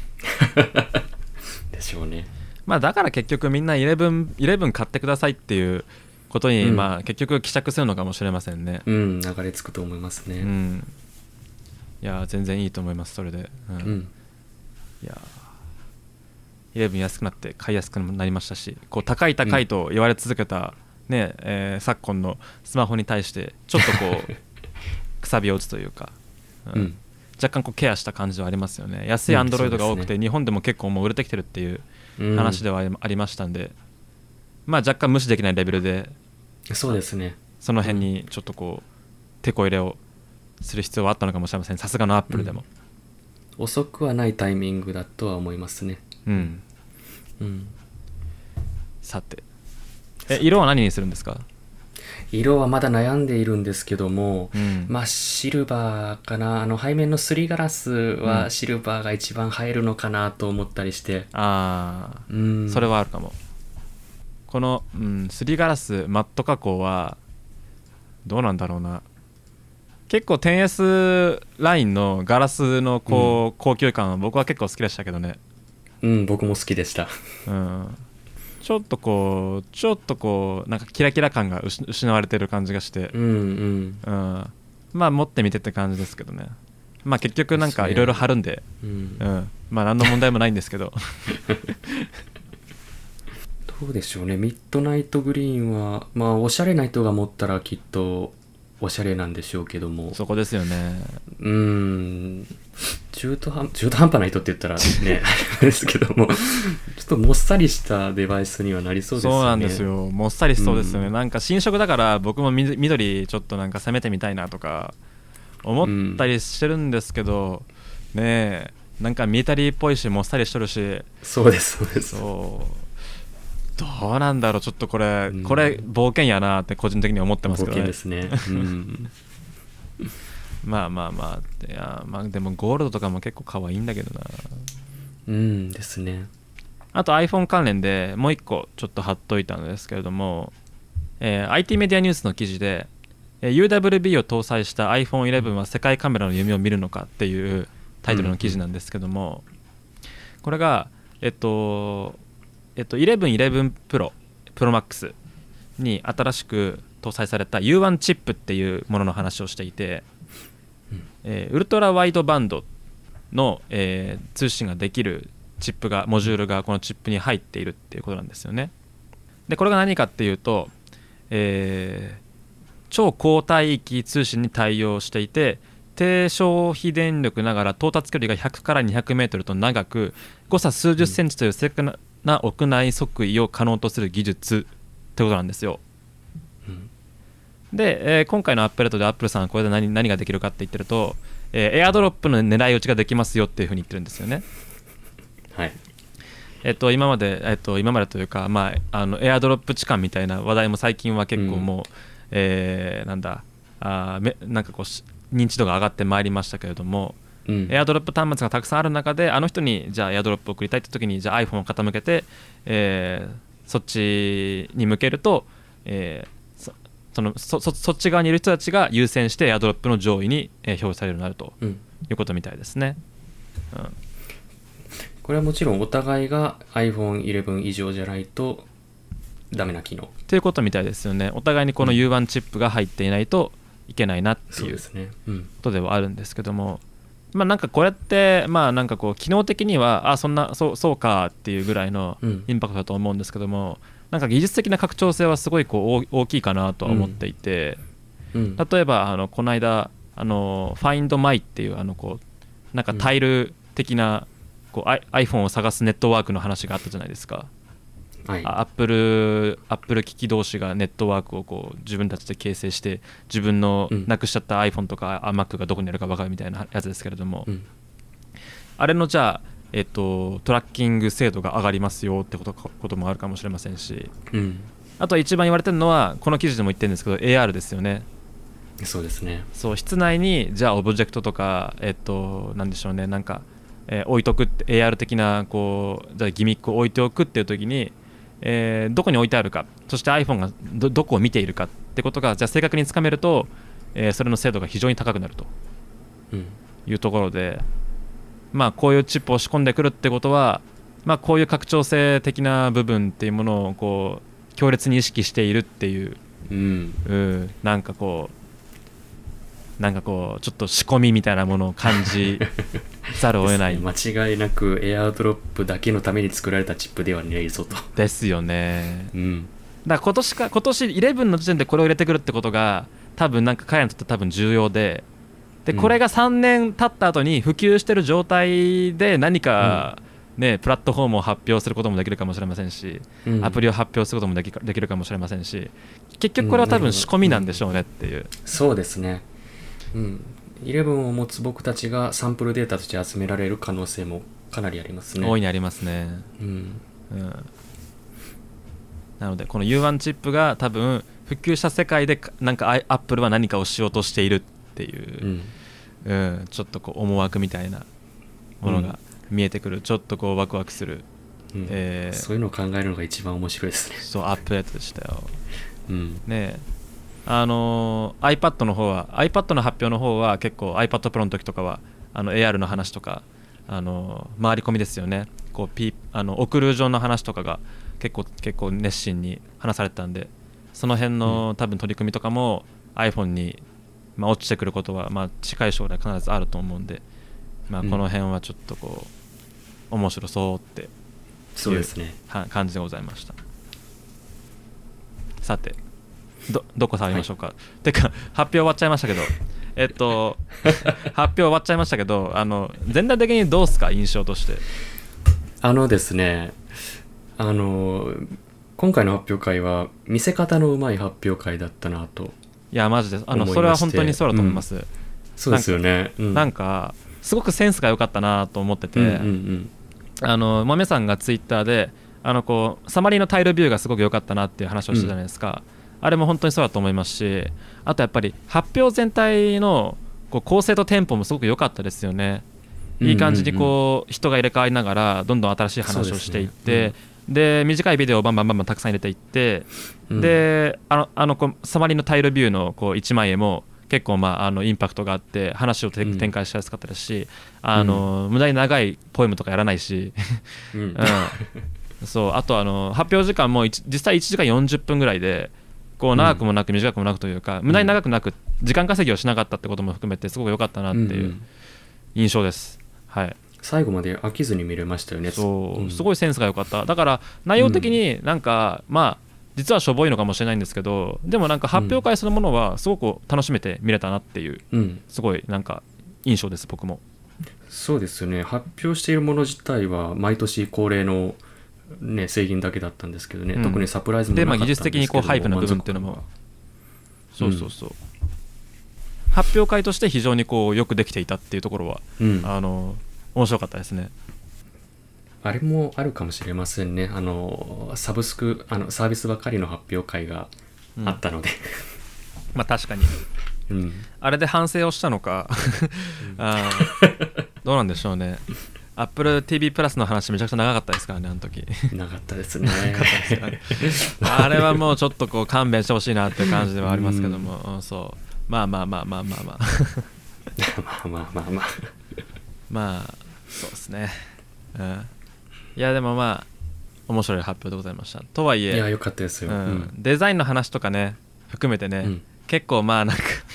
でしょうね。 まあだから結局みんな11買ってくださいっていうことに、まあ結局希釈するのかもしれませんね。 流れ着くと思いますね。 いや全然いいと思います、それで。いや11安くなって買いやすくなりましたし、こう高いと言われ続けた、ね昨今のスマホに対してちょっとこうくさびを打つというか、若干こうケアした感じはありますよね。安いアンドロイドが多くて、日本でも結構もう売れてきてるっていう話ではありましたんで、まあ若干無視できないレベルで、 そうですね、 その辺にちょっとこう手こ入れをする必要はあったのかもしれません、さすがのアップルでも。 遅くはないタイミングだとは思いますね。 さて色は何にするんですか？ 色はまだ悩んでいるんですけども、まあシルバーかな。背面のすりガラスはシルバーが一番映えるのかなと思ったりして、 それはあるかも。この、すりガラスマット加工はどうなんだろうな。結構 10S ラインのガラスのこう、高級感は僕は結構好きでしたけどね。 僕も好きでした。 ちょっとこうなんかキラキラ感が失われてる感じがして、まあ持ってみてって感じですけどね。まあ結局なんかいろいろ貼るんで、まあ何の問題もないんですけどどうでしょうね。ミッドナイトグリーンはまあおしゃれな人が持ったらきっとおしゃれなんでしょうけども、 そこですよね。 中途半端な人って言ったらねあれですけども、ちょっともっさりしたデバイスにはなりそうですよね。 そうなんですよ。もっさりしそうですよね。なんか新色だから僕も緑ちょっとなんか攻めてみたいなとか思ったりしてるんですけど、ねえ、なんかミリタリーっぽいしもっさりしとるし。 そうですそうです。 どうなんだろう。ちょっとこれ冒険やなって個人的に思ってますけどね。 冒険ですね。 まあいや、まあでもゴールドとかも結構可愛いんだけどな。 ですね。 あと iPhone 関連でもう一個ちょっと貼っといたんですけれども、IT メディアニュースの記事で、UWB を搭載した iPhone11 は世界カメラの夢を見るのかっていうタイトルの記事なんですけども、これが11 Pro Max に新しく搭載された U1 チップっていうものの話をしていて、ウルトラワイドバンドの、通信ができるチップがモジュールがこのチップに入っているっていうことなんですよね。でこれが何かっていうと、超高帯域通信に対応していて、低消費電力ながら到達距離が100から200メートルと長く、誤差数十センチという正確な屋内測位を可能とする技術ってことなんですよ。で、今回のアップデートでアップルさんはこれで何ができるかって言ってると、エアドロップの狙い撃ちができますよっていうふうに言ってるんですよね。 はい。 今までというか、まあ、エアドロップ痴漢みたいな話題も最近は結構もう、なんかこう認知度が上がってまいりましたけれども、エアドロップ端末がたくさんある中で、あの人にじゃあエアドロップを送りたいって時にじゃあ iPhone を傾けて、そっちに向けると、そっち側にいる人たちが優先してエアドロップの上位に、表示されるようになるということみたいですね。 これはもちろんお互いが iPhone11 以上じゃないとダメな機能ということみたいですよね。お互いにこの U1 チップが入っていないといけないなっていうことではあるんですけども、まあなんかこれってまあなんかこう機能的にはそうかっていうぐらいのインパクトだと思うんですけども、なんか技術的な拡張性はすごいこう大きいかなとは思っていて、例えばこの間Find My っていうこうなんかタイル的なこうiPhone を探すネットワークの話があったじゃないですか。アップル機器同士がネットワークをこう自分たちで形成して自分のなくしちゃった iPhone とか Mac がどこにあるか分かるみたいなやつですけれども、あれのじゃあ、トラッキング精度が上がりますよってこともあるかもしれませんし、あと一番言われてるのはこの記事でも言ってるんですけど AR ですよね。 そうですね。 そう、室内にじゃあオブジェクトとかなんでしょうね、なんか、置いとくって AR 的なこうじゃあギミックを置いておくっていう時に、どこに置いてあるか、そして iPhone がどこを見ているかってことがじゃあ正確につかめると、それの精度が非常に高くなるというところで、まあこういうチップを仕込んでくるってことは、まあこういう拡張性的な部分っていうものをこう強烈に意識しているっていう、なんかこうちょっと仕込みみたいなものを感じざるを得ない間違いなくエアドロップだけのために作られたチップではないぞと。 ですよね。だから今年11の時点でこれを入れてくるってことが多分なんか彼らにとって多分重要で、これが3年経った後に普及してる状態で何かね、プラットフォームを発表することもできるかもしれませんし、アプリを発表することもできるかもしれませんし、結局これは多分仕込みなんでしょうねっていう、 そうですね。11を持つ僕たちがサンプルデータとして集められる可能性もかなりありますね。 大いにありますね。なのでこの U1 チップが多分普及した世界でなんかアップルは何かをしようとしているっていう、ちょっとこう思惑みたいなものが見えてくる、ちょっとこうワクワクする、 そういうのを考えるのが一番面白いですね。 そうアップデートでしたよ。ねえ、 iPad の方は iPad の発表の方は結構 iPad Pro の時とかはAR の話とか回り込みですよね。こうオクルージョンの話とかが結構熱心に話されてたんで、その辺の多分取り組みとかも iPhone に、落ちてくることは、近い将来必ずあると思うんで、この辺はちょっとこう面白そうってそうですね感じでございました。さてどこ触りましょうか、てか発表終わっちゃいましたけど発表終わっちゃいましたけど全体的にどうすか、印象として。 ですね今回の発表会は見せ方のうまい発表会だったなと。 いやマジでそれは本当にそうだと思います、 そうですよね。 なんかすごくセンスが良かったなと思ってて、豆さんがツイッターでこうサマリーのタイルビューがすごく良かったなっていう話をしたじゃないですか、あれも本当にそうだと思いますし、あとやっぱり発表全体のこう構成とテンポもすごく良かったですよね。いい感じにこう人が入れ替わりながらどんどん新しい話をしていって、で短いビデオをバンバンたくさん入れていって、でサマリーのタイルビューのこう1枚絵も結構インパクトがあって話を展開しやすかったですし、無駄に長いポエムとかやらないしそう、あと発表時間も実際1時間40分ぐらいでこう長くもなく短くもなくというか、無駄に長くなく時間稼ぎをしなかったってことも含めてすごく良かったなっていう印象です。はい、 最後まで飽きずに見れましたよね。 そう、すごいセンスが良かった。だから内容的になんか、実はしょぼいのかもしれないんですけど、でもなんか発表会そのものはすごく楽しめて見れたなっていう、すごいなんか印象です。僕もそうですよね。発表しているもの自体は毎年恒例の製品だけだったんですけどね、特にサプライズもなかったんですけど、 で技術的にこうハイプな部分っていうのもそう、発表会として非常にこうよくできていたっていうところは、面白かったですね。 あれもあるかもしれませんね。サブスクサービスばかりの発表会があったので、 確かに、あれで反省をしたのかどうなんでしょうね。Apple TV プラスの話めちゃくちゃ長かったですからね、あの時。 長かったですね。 あれはもうちょっとこう勘弁してほしいなっていう感じではありますけども、そうまあそうですね。いやでも面白い発表でございました。とはいえ、 いや良かったですよ。 デザインの話とかね含めてね、結構なんか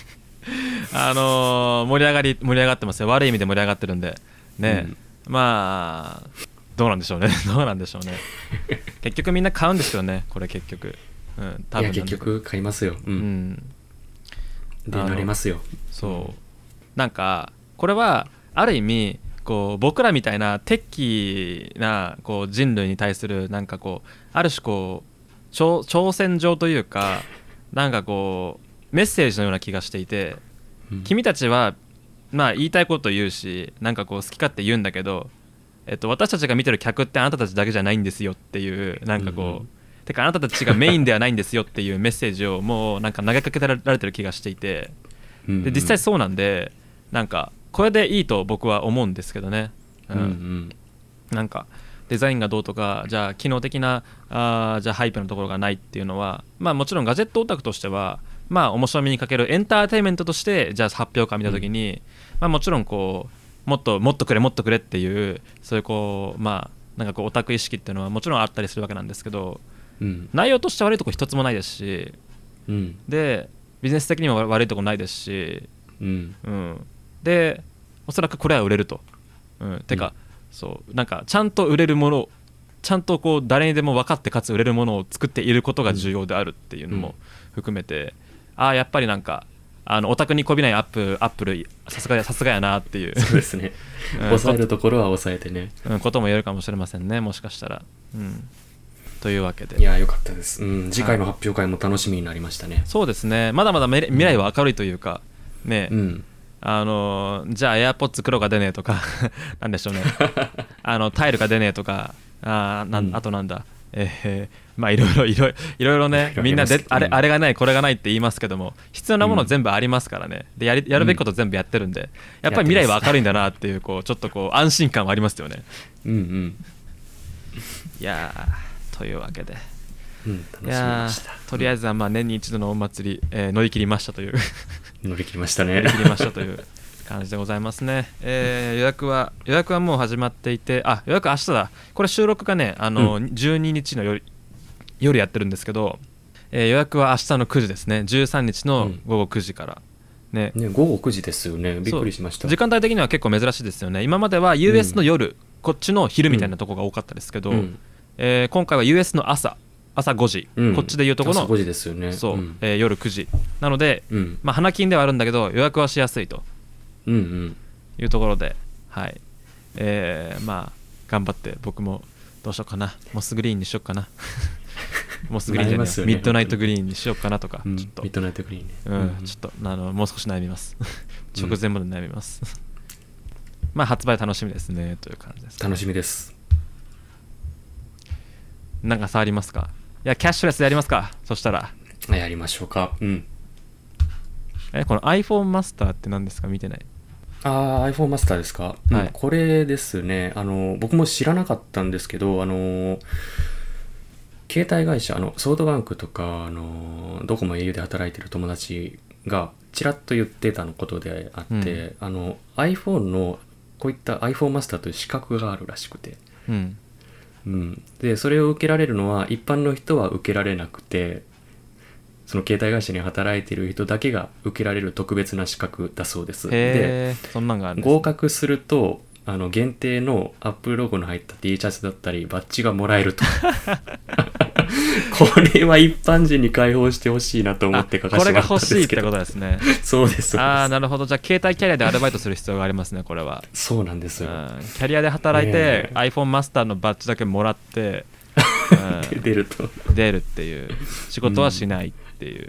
盛り上がってますよ。悪い意味で盛り上がってるんでね。どうなんでしょうね。結局みんな買うんですよね、これ結局。多分いや結局買いますよ。でなりますよ。 そうなんかこれはある意味こう僕らみたいなテッキーなこう人類に対するなんかこうある種こう挑戦状というか、なんかこうメッセージのような気がしていて、君たちは言いたいこと言うし、なんかこう好き勝手言うんだけど、私たちが見てる客ってあなたたちだけじゃないんですよっていう、なんかこう、てかあなたたちがメインではないんですよっていうメッセージをもうなんか投げかけられてる気がしていて、で実際そうなんで、なんかこれでいいと僕は思うんですけどね。なんかデザインがどうとか、じゃあ機能的なじゃあハイプのところがないっていうのは、もちろんガジェットオタクとしては面白みに欠けるエンターテインメントとしてじゃあ発表会見た時に、もちろんこうもっとくれっていう、そういうこうなんかこうオタク意識っていうのはもちろんあったりするわけなんですけど、内容として悪いとこ一つもないですし、でビジネス的にも悪いとこないですし、でおそらくこれは売れると、てか、そうなんかちゃんと売れるもの、ちゃんとこう誰にでも分かってかつ売れるものを作っていることが重要であるっていうのも含めて、やっぱりなんかオタクにこびないアップルさすがやなっていう。 そうですね。抑えるところは抑えてね、 ことも言えるかもしれませんね、もしかしたら。というわけで、 いや良かったです。次回の発表会も楽しみになりましたね。 そうですね。まだまだ未来は明るいというかね。じゃあ AirPods 黒が出ねえとかなんでしょうね。タイルが出ねえとか、あとなんだ、いろいろね、みんなであれがないこれがないって言いますけども、必要なもの全部ありますからね。でやるべきこと全部やってるんで、やっぱり未来は明るいんだなっていう、こうちょっとこう安心感はありますよね。いやというわけで楽しみいやました。 とりあえずはまあ年に一度のお祭り、乗り切りましたという乗り切りましたね。 乗り切りましたという感じでございますね。予約はもう始まっていて、あ、予約明日だ。これ収録がね、12日の夜やってるんですけど、予約は明日の9時ですね。13日の午後9時から、ね。 ね、午後9時ですよね。びっくりしました。 時間帯的には結構珍しいですよね。今までは US の夜、こっちの昼みたいなとこが多かったですけど、今回は US の朝5時、こっちでいうとこの朝5時ですよね。 そう、夜9時なので、まあ花金ではあるんだけど予約はしやすいというところで、はい、まあ頑張って僕もどうしようかな、モスグリーンにしようかなモスグリーンじゃない、ミッドナイトグリーンにしようかなとか、ちょっとミッドナイトグリーンね、 ちょっともう少し悩みます直前まで悩みますまあ発売楽しみですねという感じです、ね、 楽しみです。 なんか触りますか？いやキャッシュレスやりますか？そしたらやりましょうか。この iPhone マスターって何ですか？見てない。 iPhone マスターですか？ はい、 これですね、僕も知らなかったんですけど、携帯会社、ソフトバンクとか、ドコモ au で働いてる友達がちらっと言ってたのことであって、iPhone のこういった iPhone マスターという資格があるらしくて、でそれを受けられるのは一般の人は受けられなくて、その携帯会社に働いている人だけが受けられる特別な資格だそうです。で、 そんなんがあるんですね。 合格すると限定のアップルロゴの入った T シャツだったりバッジがもらえるとこれは一般人に開放してほしいなと思って書かせてもらったんですけど。 これが欲しいってことですねそうです。 なるほど。じゃあ携帯キャリアでアルバイトする必要がありますね、これは。 そうなんですよ。 キャリアで働いて、iPhone マスターのバッジだけもらって出るっていう仕事はしないっていう、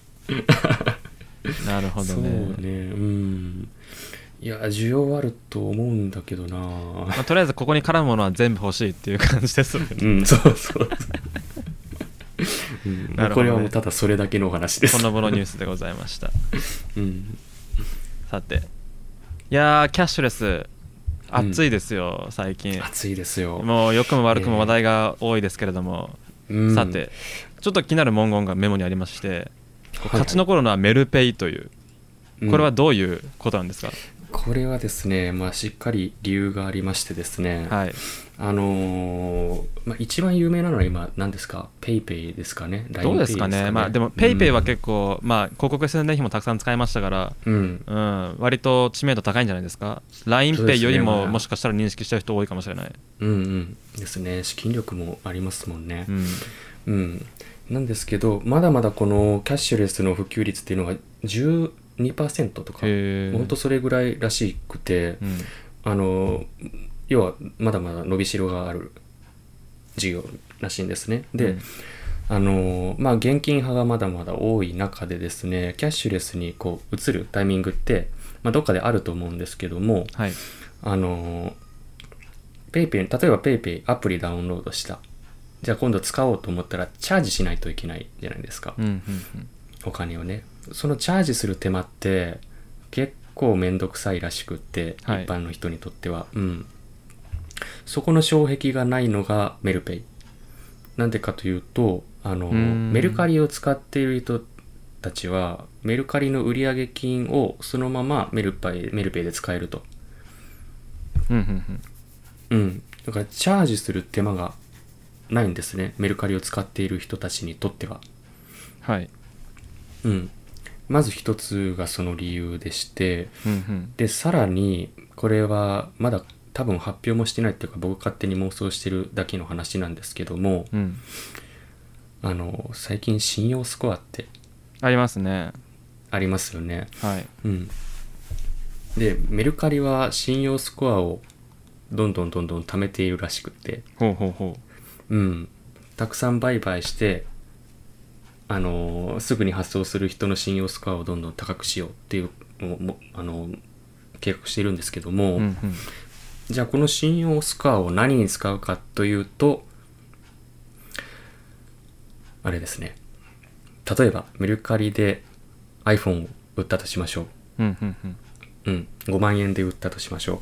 なるほどね。 そうね、いや需要あると思うんだけどな、 とりあえずここに絡むものは全部欲しいっていう感じですよね。 そうなるほど、ね、これはもうただそれだけのお話です。 ほのぼのニュースでございましたさて、いやキャッシュレス暑いですよ、最近。 暑いですよ。 もう良くも悪くも話題が多いですけれども、さてちょっと気になる文言がメモにありまして、勝ち残るのはメルペイという、これはどういうことなんですか？ これはですね、しっかり理由がありましてですね、一番有名なのは今何ですか、ペイペイですかね。 どうですかね。でもペイペイは結構、広告宣伝費もたくさん使いましたから、割と知名度高いんじゃないですか。 LINEPay よりももしかしたら認識した人多いかもしれない。 ですね。資金力もありますもんね。なんですけど、まだまだこのキャッシュレスの普及率っていうのが12% とか、本当それぐらいらしくて、要はまだまだ伸びしろがある事業らしいんですね。で、現金派がまだまだ多い中でですね、キャッシュレスにこう移るタイミングって、どっかであると思うんですけども、ペイペイ、例えばペイペイアプリダウンロードした。じゃあ今度使おうと思ったらチャージしないといけないじゃないですか。お金をね。そのチャージする手間って結構めんどくさいらしくって、一般の人にとっては。そこの障壁がないのがメルペイ。なんでかというと、メルカリを使っている人たちは、メルカリの売上金をそのままメルペイで使えると。だからチャージする手間がないんですね。メルカリを使っている人たちにとっては。まず一つがその理由でして、で、さらに、これはまだ多分発表もしてないっていうか、僕勝手に妄想してるだけの話なんですけども、最近信用スコアってありますね。 ありますよね。で、メルカリは信用スコアをどんどん貯めているらしくて、たくさん売買して、すぐに発送する人の信用スコアをどんどん高くしようっていうのを計画しているんですけども、じゃあこの信用スコアを何に使うかというと、あれですね。例えばメルカリで iPhone を売ったとしましょう。5万円で売ったとしましょ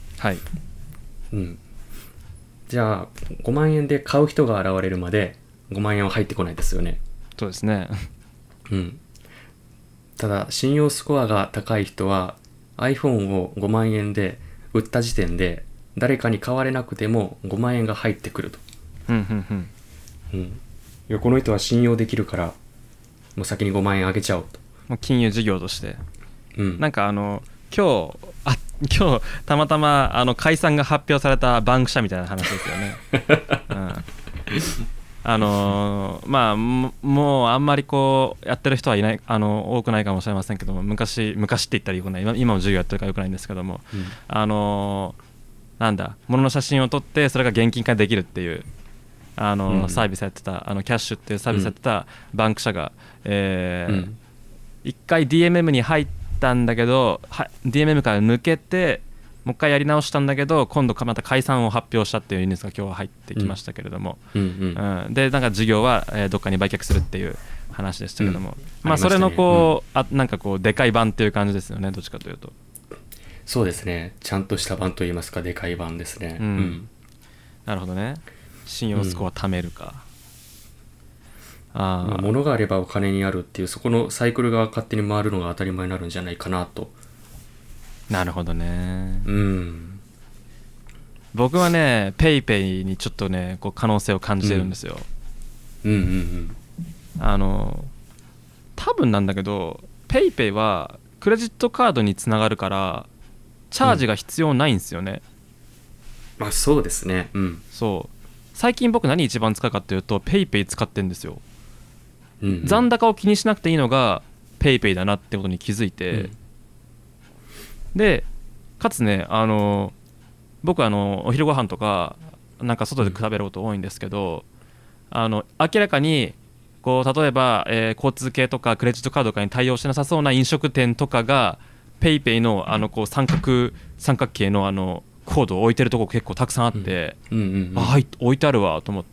う。じゃあ5万円で買う人が現れるまで 5万円は入ってこないですよね。 そうですね。 うん。ただ信用スコアが高い人は iPhone を5万円で売った時点で誰かに買われなくても5万円が入ってくると。 うんうんうん。 うん。いやこの人は信用できるからもう先に5万円あげちゃおうと。 もう金融事業として。 うん。 なんか今日たまたま解散が発表されたバンク社みたいな話ですよね。うん、まあもうあんまりこうやってる人はいない多くないかもしれませんけども、昔って言ったらよくない、今も授業やってるからよくないんですけども、 うん、 なんだ物の写真を撮ってそれが現金化できるっていうサービスやってたキャッシュっていうサービスやってたバンク社が、一回 DMM に入ったんだけどDMM から抜けてもう一回やり直したんだけど今度また解散を発表したっていうニュースが今日は入ってきましたけれども、でなんか事業はどっかに売却するっていう話でしたけども、まあそれのこう、なんかこうでかい版っていう感じですよね、どっちかというと。 そうですね、ちゃんとした版といいますかでかい版ですね。 なるほどね。信用スコア貯めるか、 物があればお金になるっていうそこのサイクルが勝手に回るのが当たり前になるんじゃないかなと。 なるほどね。僕はねペイペイにちょっとねこう可能性を感じてるんですよ。多分なんだけどペイペイはクレジットカードにつながるからチャージが必要ないんですよね。 まあそうですね。 そう最近僕何一番使うかっていうとペイペイ使ってるんですよ。残高を気にしなくていいのがペイペイだなってことに気づいて、でかつね僕お昼ご飯とかなんか外で食べること多いんですけど、明らかにこう例えば、交通系とかクレジットカードとかに対応してなさそうな飲食店とかがペイペイのこう三角形のコードを置いてるとこ結構たくさんあって、置いてあるわと思って、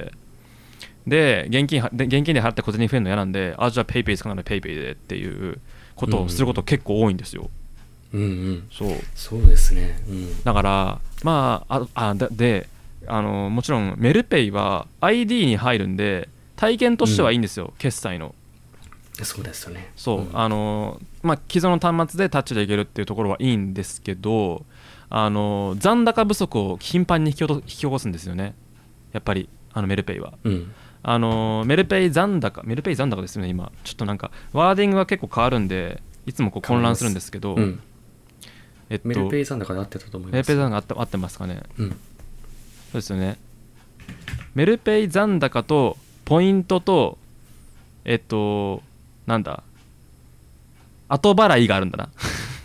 で現金で払って小銭増えるの嫌なんで、じゃあペイペイ使うならペイペイでっていうことをすること結構多いんですよ。 そうですね。 だからまあもちろんメルペイは ID に入るんで体験としてはいいんですよ、決済の。 そうですよね。 そう、まあ既存の端末でタッチでいけるっていうところはいいんですけど、残高不足を頻繁に引き起こすんですよね、やっぱりメルペイは。メルペイ残高ですよね。今ちょっとなんかワーディングが結構変わるんでいつもこう混乱するんですけど、 メルペイ残高で合ってたと思います。 メルペイ残高合ってますかね。そうですよね。メルペイ残高とポイントとなんだ後払いがあるんだな。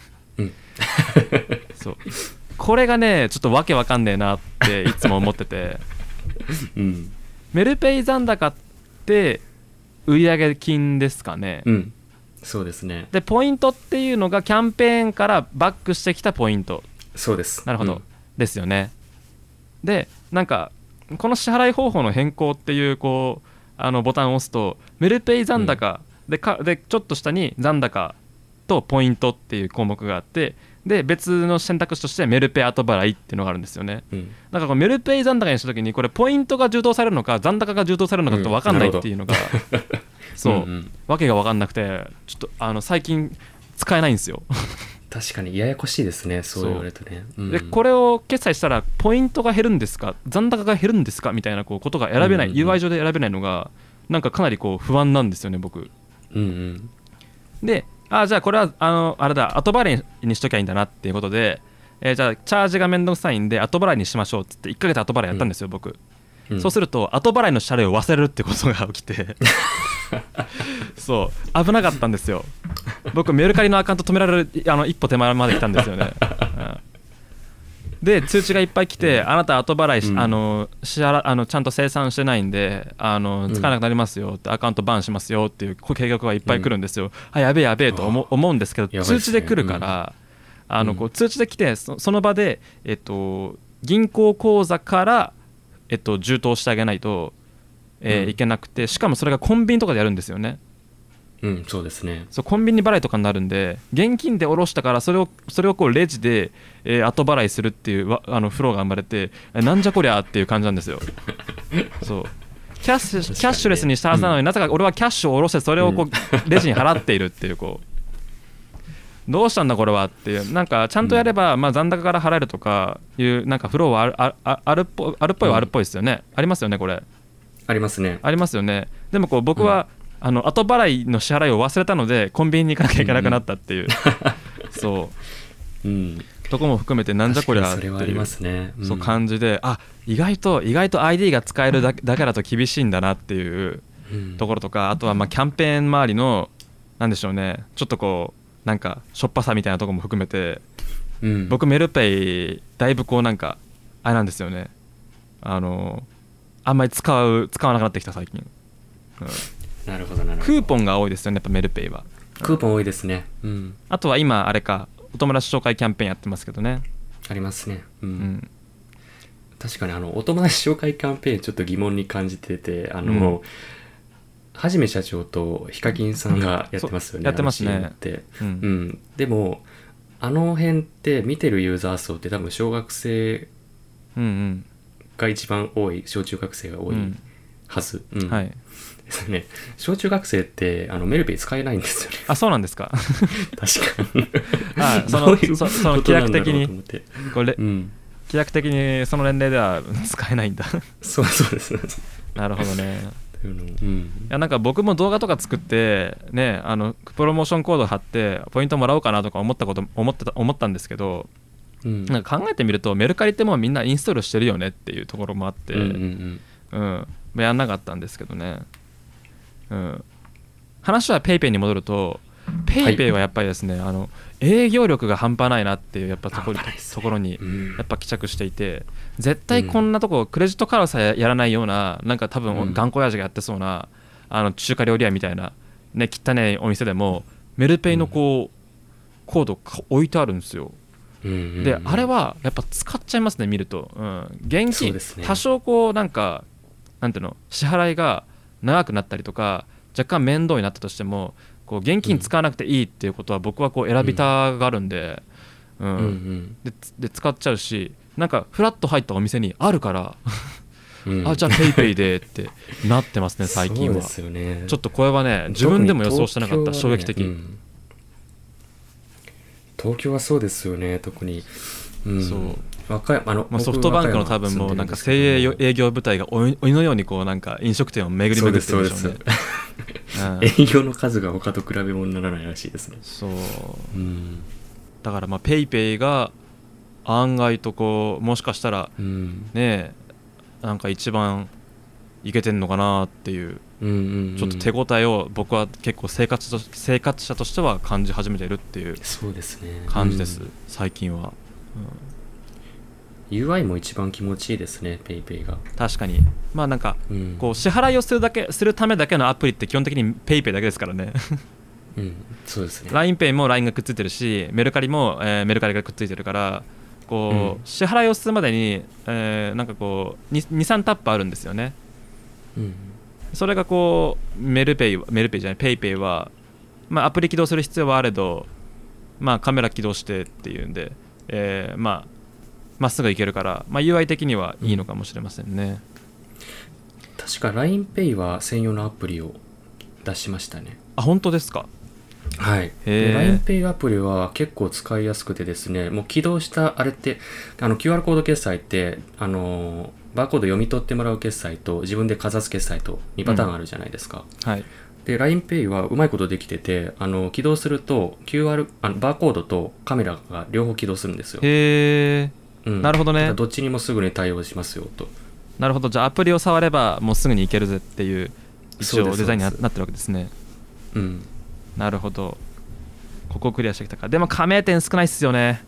そうこれがねちょっとわけわかんねえなっていつも思ってて、メルペイ残高って売上金ですかね。 そうですね。 でポイントっていうのがキャンペーンからバックしてきたポイント。 そうです。 なるほど、ですよね。でなんかこの支払い方法の変更っていうこうボタンを押すとメルペイ残高、でちょっと下に残高とポイントっていう項目があって、で別の選択肢としてメルペイ後払いっていうのがあるんですよね。だからこメルペイ残高にした時にこれポイントが充当されるのか残高が充当されるのかちょっと分かんないっていうのが、そうわけが分かんなくてちょっと最近使えないんですよ。 確かにややこしいですね、そう言われるとね。 でこれを決済したらポイントが減るんですか残高が減るんですかみたいなことが選べない、UI 上で選べないのがなんかかなりこう不安なんですよね僕。でじゃあこれはあれだ後払いにしときゃいいんだなっていうことで、じゃあチャージがめんどくさいんで後払いにしましょうっつって1ヶ月後払いやったんですよ、僕。そうすると後払いの支払いを忘れるってことが起きてそう危なかったんですよ。僕メルカリのアカウント止められる一歩手前まで来たんですよね。で通知がいっぱい来て、あなた後払い支払ちゃんと生産してないんで使わなくなりますよって、アカウントバンしますよっていう計画がいっぱい来るんですよ。やべえと思うんですけど、通知で来るから、こう通知で来てその場で、銀行口座から充当してあげないと、いけなくて、しかもそれがコンビニとかでやるんですよね。 そうですね。 そうコンビニ払いとかになるんで、現金で下ろしたからそれをこうレジで、後払いするっていうフローが生まれて、なんじゃこりゃっていう感じなんですよ。そうキャッシュレスにしたはずなのに、なぜか俺はキャッシュを下ろしてそれをこうレジに払っているっていう、こうどうしたんだこれはっていう、なんかちゃんとやればまあ残高から払えるとかいうなんかフローはあるっぽいはあるっぽいですよね、ありますよねこれ。 ありますね。 ありますよね。でもこう僕は、後払いの支払いを忘れたのでコンビニに行かなきゃいけなくなったっていう、そう、とこも含めてなんじゃこりゃっていう、 それはありますね、 そう感じで、意外と ID が使えるだけだと厳しいんだなっていうところとか、あとはまあキャンペーン周りのなんでしょうね、ちょっとこうなんかしょっぱさみたいなところも含めて、僕メルペイだいぶこうなんかあれなんですよね、あんまり使わなくなってきた最近、 なるほどなるほど。 クーポンが多いですよねやっぱメルペイは。 クーポン多いですね、 あとは今あれかお友達紹介キャンペーンやってますけどね。 ありますね、確かにお友達紹介キャンペーンちょっと疑問に感じてて、はじめ社長とヒカキンさんがやってますよね。 やってますね。 って、でもあの辺って見てるユーザー層って多分小学生が一番多い、小中学生が多いはず、 はいですね。小中学生ってメルペイ使えないんですよね。 あ、そうなんですか。 確かに。 その規約的にこれ、規約的にその年齢では使えないんだ。 そうです。 なるほどね。いやなんか僕も動画とか作ってね、プロモーションコード貼ってポイントもらおうかなとか思ったんですけど、なんか考えてみるとメルカリってもうみんなインストールしてるよねっていうところもあって、やんなかったんですけどね。話は PayPay に戻ると、 PayPay はやっぱりですね、営業力が半端ないなっていうやっぱところにやっぱ帰着していて、絶対こんなとこクレジットカードさえやらないような、なんか多分頑固親父がやってそうな中華料理屋みたいなね汚いお店でもメルペイのこうコード置いてあるんですよ。であれはやっぱ使っちゃいますね見ると、現金、多少こうなんかなんていうの支払いが長くなったりとか若干面倒になったとしても、こう現金使わなくていいっていうことは僕はこう選びたがるんで、で使っちゃうし、なんかフラッと入ったお店にあるからじゃあ PayPay でってなってますね最近は。そうですよね。ちょっとこれはね自分でも予想してなかった、衝撃的。 東京はそうですよね、特に。 そうソフトバンクの多分もうなんか精鋭営業部隊が鬼のようにこうなんか飲食店を巡り巡ってるでしょうね。 営業の数が他と比べ物にならないらしいですね。 そう、だからまあ PayPay が案外とこうもしかしたらねなんか一番いけてんのかなっていう、ちょっと手応えを僕は結構生活者としては感じ始めてるっていう感じです、最近は。 UI も一番気持ちいいですね PayPay が。 確かに、まあなんかこう支払いをするためだけのアプリって基本的に PayPay だけですからね。 そうですね。 LINEPay も LINE がくっついてるし、メルカリも、メルカリがくっついてるから、こう支払いをするまでに、なんかこう 2,3 タップあるんですよね。それがこうメルペイじゃない PayPay は、まあ、アプリ起動する必要はあれど、まあ、カメラ起動してっていうんで、まっすぐ行けるから、まあ、UI 的にはいいのかもしれませんね。 確か LINEPay は専用のアプリを出しましたね。 あ、本当ですか。 はい。LINEPay アプリは結構使いやすくてですね、もう起動したあれってQR コード決済ってバーコード読み取ってもらう決済と自分でかざす決済と2パターンあるじゃないですか。 はい。で LINEPay はうまいことできてて、起動するとバーコードとカメラが両方起動するんですよ。 へー。なるほどね。 どっちにもすぐに対応しますよと。 なるほど。じゃあアプリを触ればもうすぐに行けるぜっていう一応デザインになってるわけですね。なるほど。ここをクリアしてきたか。でも加盟店少ないっすよね。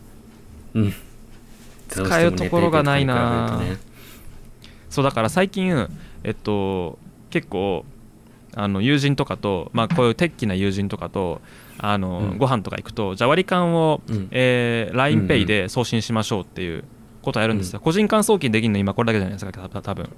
使えるところがないな。そうだから最近結構友人とかと、まあ、こういう鉄器な友人とかとご飯とか行くと、じゃあ割り勘を、LINEPay で送信しましょうっていうことをやるんですよ。個人間送金できるの今これだけじゃないですか多分。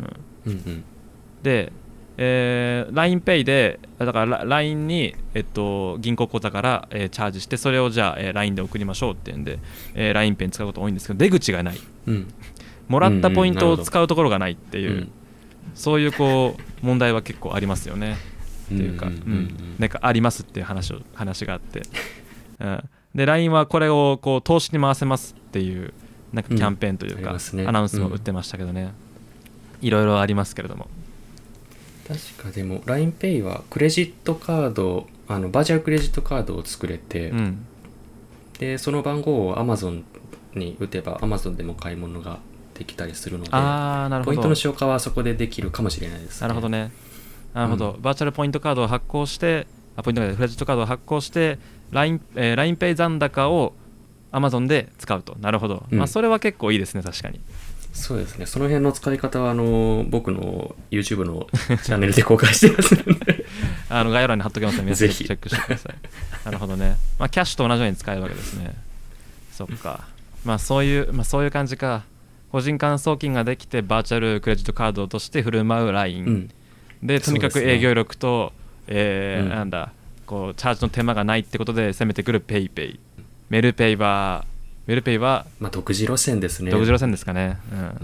で、LINEPay でだから LINE に、銀行口座から、チャージして、それをじゃあ、LINE で送りましょうっていうんで、LINEPay に使うこと多いんですけど、出口がない、もらったポイントを使うところがないっていう、 そういうこう問題は結構ありますよねっていうか、なんかありますっていう話があって、で LINE はこれをこう投資に回せますっていうなんかキャンペーンというか、アナウンスも打ってましたけどね、いろいろありますけれども。 確かでも LINEPay はクレジットカードバーチャルクレジットカードを作れて、でその番号を Amazon に打てば Amazon でも買い物ができたりするので、 なるほど、 ポイントの消化はそこでできるかもしれないですね。 なるほどね、なるほど、バーチャルポイントカードを発行してポイントクレジットカードを発行して LINEPay 残高を Amazon で使うと。なるほど、それは結構いいですね。確かにそうですね。その辺の使い方は僕の YouTube のチャンネルで公開してますので概要欄に貼っときますので皆さんぜひチェックしてくださいなるほどね、キャッシュと同じように使えるわけですね。そっか、そういう感じか。個人間送金ができてバーチャルクレジットカードとして振る舞う LINE、でとにかく営業力と、なんだこうチャージの手間がないってことで攻めてくる PayPay、 メルペイは独自路線ですね。 独自路線ですかね。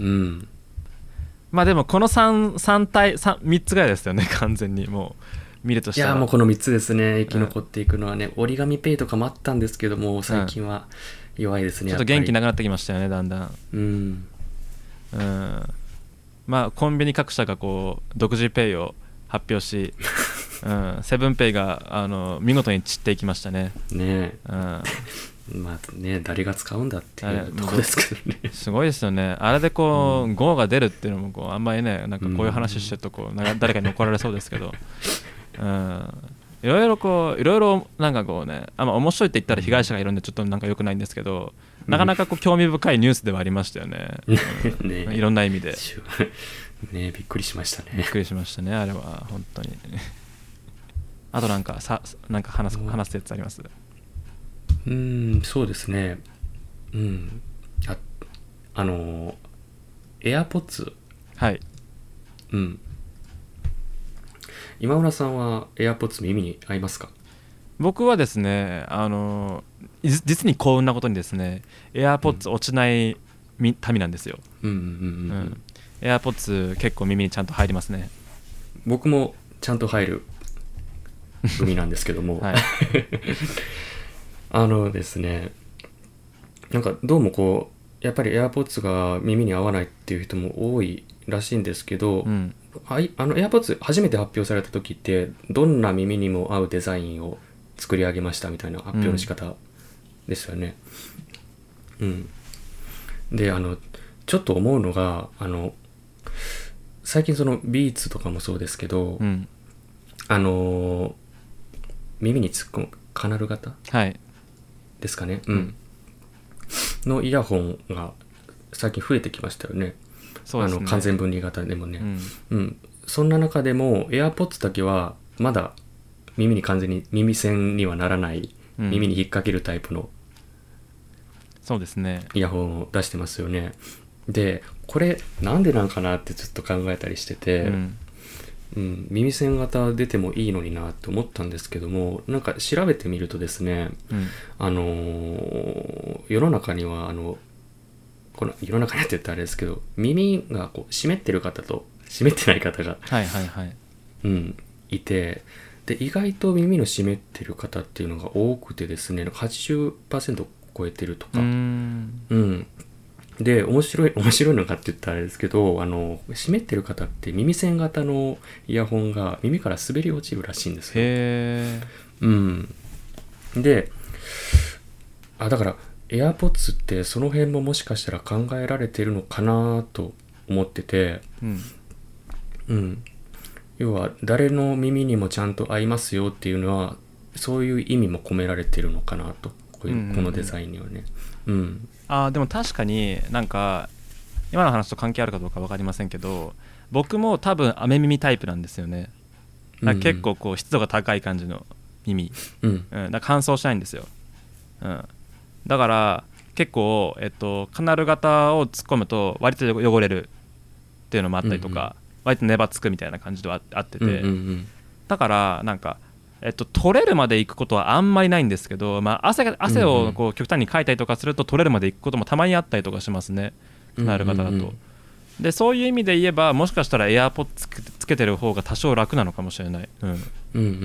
でもこの3つぐらいですよね完全にもう見るとしたら。 いやもうこの3つですね。生き残っていくのはね、折り紙ペイとかもあったんですけども最近は弱いですね。 ちょっと元気なくなってきましたよねだんだん。コンビニ各社がこう独自ペイを発表しセブンペイが見事に散っていきましたね。 誰が使うんだっていうとこですけどね。 すごいですよね。あれでこう、GO が出るっていうのもこうあんまりね、なんかこういう話してるとこう誰かに怒られそうですけど、いろいろなんかこうね、面白いって言ったら被害者がいるんでちょっとなんか良くないんですけど、なかなかこう興味深いニュースではありましたよね。いろんな意味で。 びっくりしましたね。 びっくりしましたね、あれは本当に。あとなんか話すやつあります？ そうですね。AirPods。 はい。 今村さんは AirPods 耳に合いますか？ 僕はですね、実に幸運なことにですね、AirPods 落ちない民なんですよ。AirPods 結構耳にちゃんと入りますね。 僕もちゃんと入る耳なんですけども、ですね、なんかどうもこうやっぱり AirPods が耳に合わないっていう人も多いらしいんですけど、AirPods 初めて発表された時ってどんな耳にも合うデザインを作り上げましたみたいな発表の仕方ですよね。でちょっと思うのが最近そのビーツとかもそうですけど、耳に突っ込むカナル型、ですかね、のイヤホンが最近増えてきましたよね。そうですね。完全分離型でもね、そんな中でも AirPods だけはまだ耳に完全に耳栓にはならない、耳に引っ掛けるタイプのそうですねイヤホンを出してますよね。でこれなんでなんかなってずっと考えたりしてて、耳栓型出てもいいのになって思ったんですけども、なんか調べてみるとですね、世の中にはこの世の中にって言ったらあれですけど、耳がこう湿ってる方と湿ってない方が、いて、で意外と耳の湿ってる方っていうのが多くてですね、80% 超えてるとか、で面白いのかって言ったらあれですけど、湿ってる方って耳栓型のイヤホンが耳から滑り落ちるらしいんですよ。でだからAirPods ってその辺ももしかしたら考えられてるのかなと思ってて、要は誰の耳にもちゃんと合いますよっていうのはそういう意味も込められてるのかなと、このデザインにはね。 でも確かになんか今の話と関係あるかどうか分かりませんけど、僕も多分雨耳タイプなんですよね。結構こう湿度が高い感じの耳、だから乾燥しないんですよ。だから結構、カナル型を突っ込むと割と汚れるっていうのもあったりとか、割と粘つくみたいな感じではあってて、だからなんか、取れるまで行くことはあんまりないんですけど、汗をこう極端にかいたりとかすると取れるまで行くこともたまにあったりとかしますね、カナル型だと。 でそういう意味で言えばもしかしたら AirPods つけてる方が多少楽なのかもしれない、うん、 うんうんうん。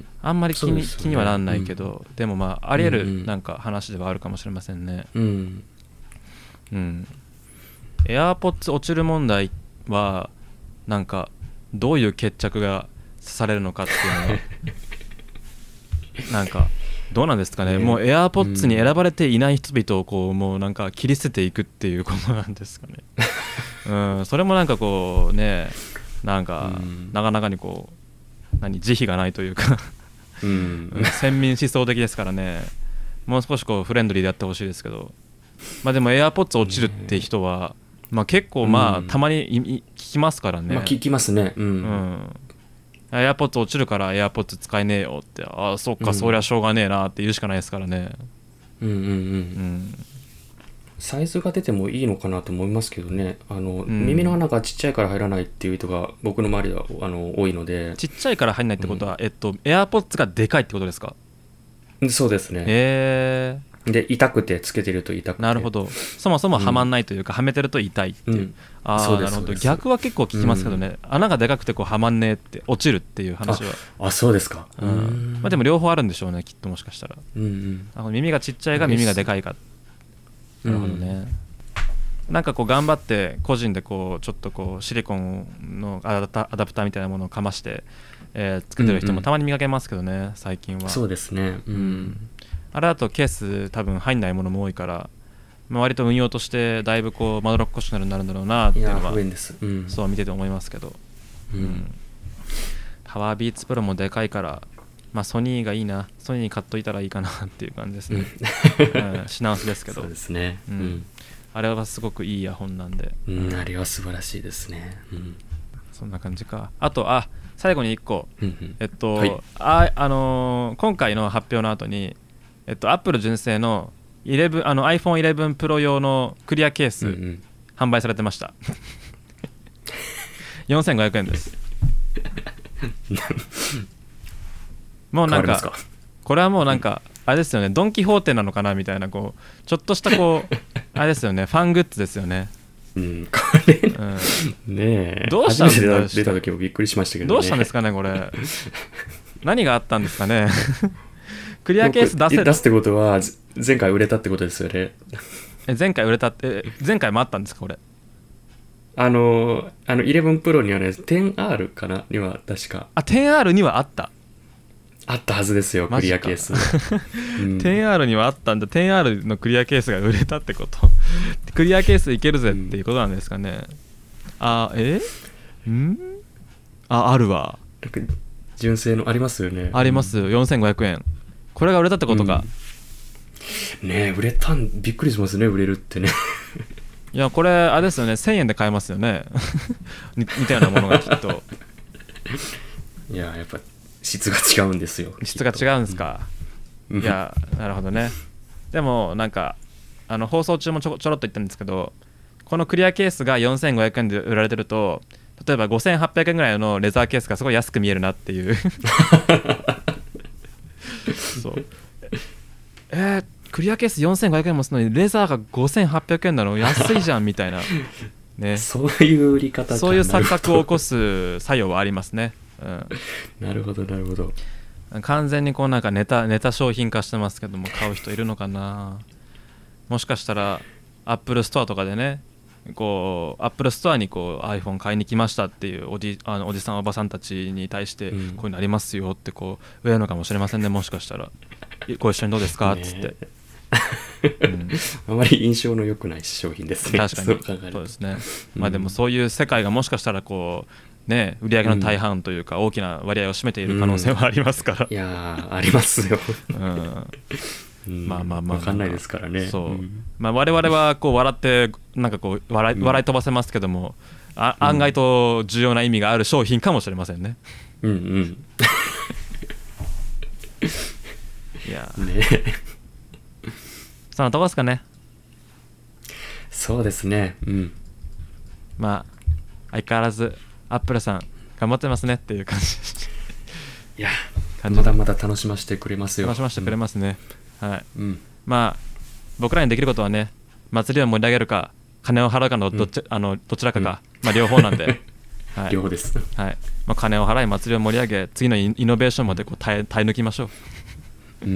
あんまり気に、 そうですよね気にはなんないけど、でもまああり得うんうんるなんか話ではあるかもしれませんね。 うんうん。AirPods 落ちる問題はなんかどういう決着がされるのかっていうのはなんかどうなんですかね。もう AirPods に選ばれていない人々をこうもうなんか切り捨てていくっていうことなんですかね。うん、それもなんかこうね、なんかなかなかにこう慈悲がないというか先民思想的ですからね。もう少しこうフレンドリーでやってほしいですけど、まあでも AirPods 落ちるって人は、まあ結構まあたまに聞きますからね。 まあ聞きますね。 AirPods 落ちるから AirPods 使えねえよって、ああそっか、そりゃしょうがねえなって言うしかないですからね。 サイズが出てもいいのかなと思いますけどね。耳の穴がちっちゃいから入らないっていう人が僕の周りでは多いので。 ちっちゃいから入んないってことは、AirPods がでかいってことですか？ そうですね。で痛くてつけてると痛くて。 なるほど。そもそもはまんないというか、はめてると痛いっていう。ああ、なるほど。逆は結構聞きますけどね、穴がでかくてこうはまんねえって落ちるっていう話は。 あ、そうですか。 まあでも両方あるんでしょうね、きっと。もしかしたら耳がちっちゃいか耳がでかいか。なるほどね。なんかこう頑張って個人でこうちょっとこうシリコンのアダプターみたいなものをかまして、つけてる人もたまに見かけますけどね、最近は。 そうですね。 あれだとケース多分入んないものも多いから、まあ、割と運用としてだいぶこうまどろっこしくなるんだろうなっていうのは、そう見てて思いますけど、パワービーツプロもでかいから、まあ、ソニーがいいな、ソニーに買っといたらいいかなっていう感じですね。品薄ですけど。 そうですね。 あれはすごくいいイヤホンなんで、 あれは素晴らしいですね。 そんな感じか。あと最後に1個、今回の発表の後にアップル純正のiPhone 11 Pro 用のクリアケース、販売されてました。4500円です。もうなんかこれはもうなんかあれですよね、ドン・キホーテなのかなみたいな、こうちょっとしたこうあれですよね、ファングッズですよね。 これね、 どうしたんですか？ 初めて出た時もびっくりしましたけどね。 どうしたんですかねこれ。何があったんですかね。クリアケース出すってことは前回売れたってことですよね。 前回売れたって前回もあったんですかこれ。 11 Pro にはね 10R かなには確か 10R にはあったはずですよ、クリアケース。 10R にはあったんだ。10R のクリアケースが売れたってこと。クリアケースいけるぜっていうことなんですかね。あるわ。 純正のありますよね。 あります。4500円。これが売れたってことか。 ねえ、売れたんびっくりしますね、売れるってね。 いやこれあれですよね、1000円で買えますよね。似たようなものがきっと。 いややっぱ質が違うんですよ。 質が違うんですか。いやなるほどね。でもなんか放送中もちょろっと言ったんですけど、このクリアケースが4500円で売られてると、例えば5800円ぐらいのレザーケースがすごい安く見えるなっていう。そうクリアケース4500円もするのにレザーが5800円なの安いじゃんみたいな、ね、 そういう売り方か。 そういう錯覚を起こす作用はありますね。 なるほどなるほど。 完全にこうなんかネタ商品化してますけども、買う人いるのかな。もしかしたらアップルストアとかでね、こうアップルストアにこう iPhone 買いに来ましたっていうおじさんおばさんたちに対して、こういうのありますよってこう売れるのかもしれませんね。もしかしたらご一緒にどうですかっつって、 あまり印象の良くない商品ですね。 確かにそうですね。まあでもそういう世界がもしかしたらこうね、売り上げの大半というか大きな割合を占めている可能性はありますから、 いやありますよ。 まあ分かんないですからね。 そう、まあ、我々はこう笑ってなんかこう笑い飛ばせますけども、案外と重要な意味がある商品かもしれませんね。いやね、そんなとこですかね。 そうですね。 まあ相変わらずアップルさん頑張ってますねっていう感じ。 いやまだまだ楽しませてくれますよ。 楽しませてくれますね。はい。まあ僕らにできることはね、祭りを盛り上げるか金を払うかのどちらかか、まあ、両方なんで、はい、 両方です。 はいまあ、金を払い祭りを盛り上げ次のイノベーションまでこう耐え抜きましょう、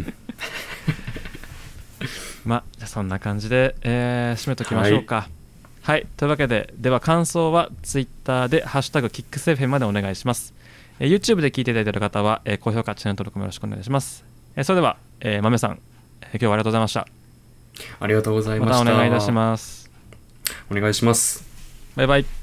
まあじゃあそんな感じで、締めときましょうか。はい、というわけでは感想はツイッターでハッシュタグキックス FM までお願いします。YouTube で聞いていただいている方は、高評価チャンネル登録もよろしくお願いします。それでは、豆さん、今日はありがとうございました。 ありがとうございました。 またお願いいたします。 お願いします。 バイバイ。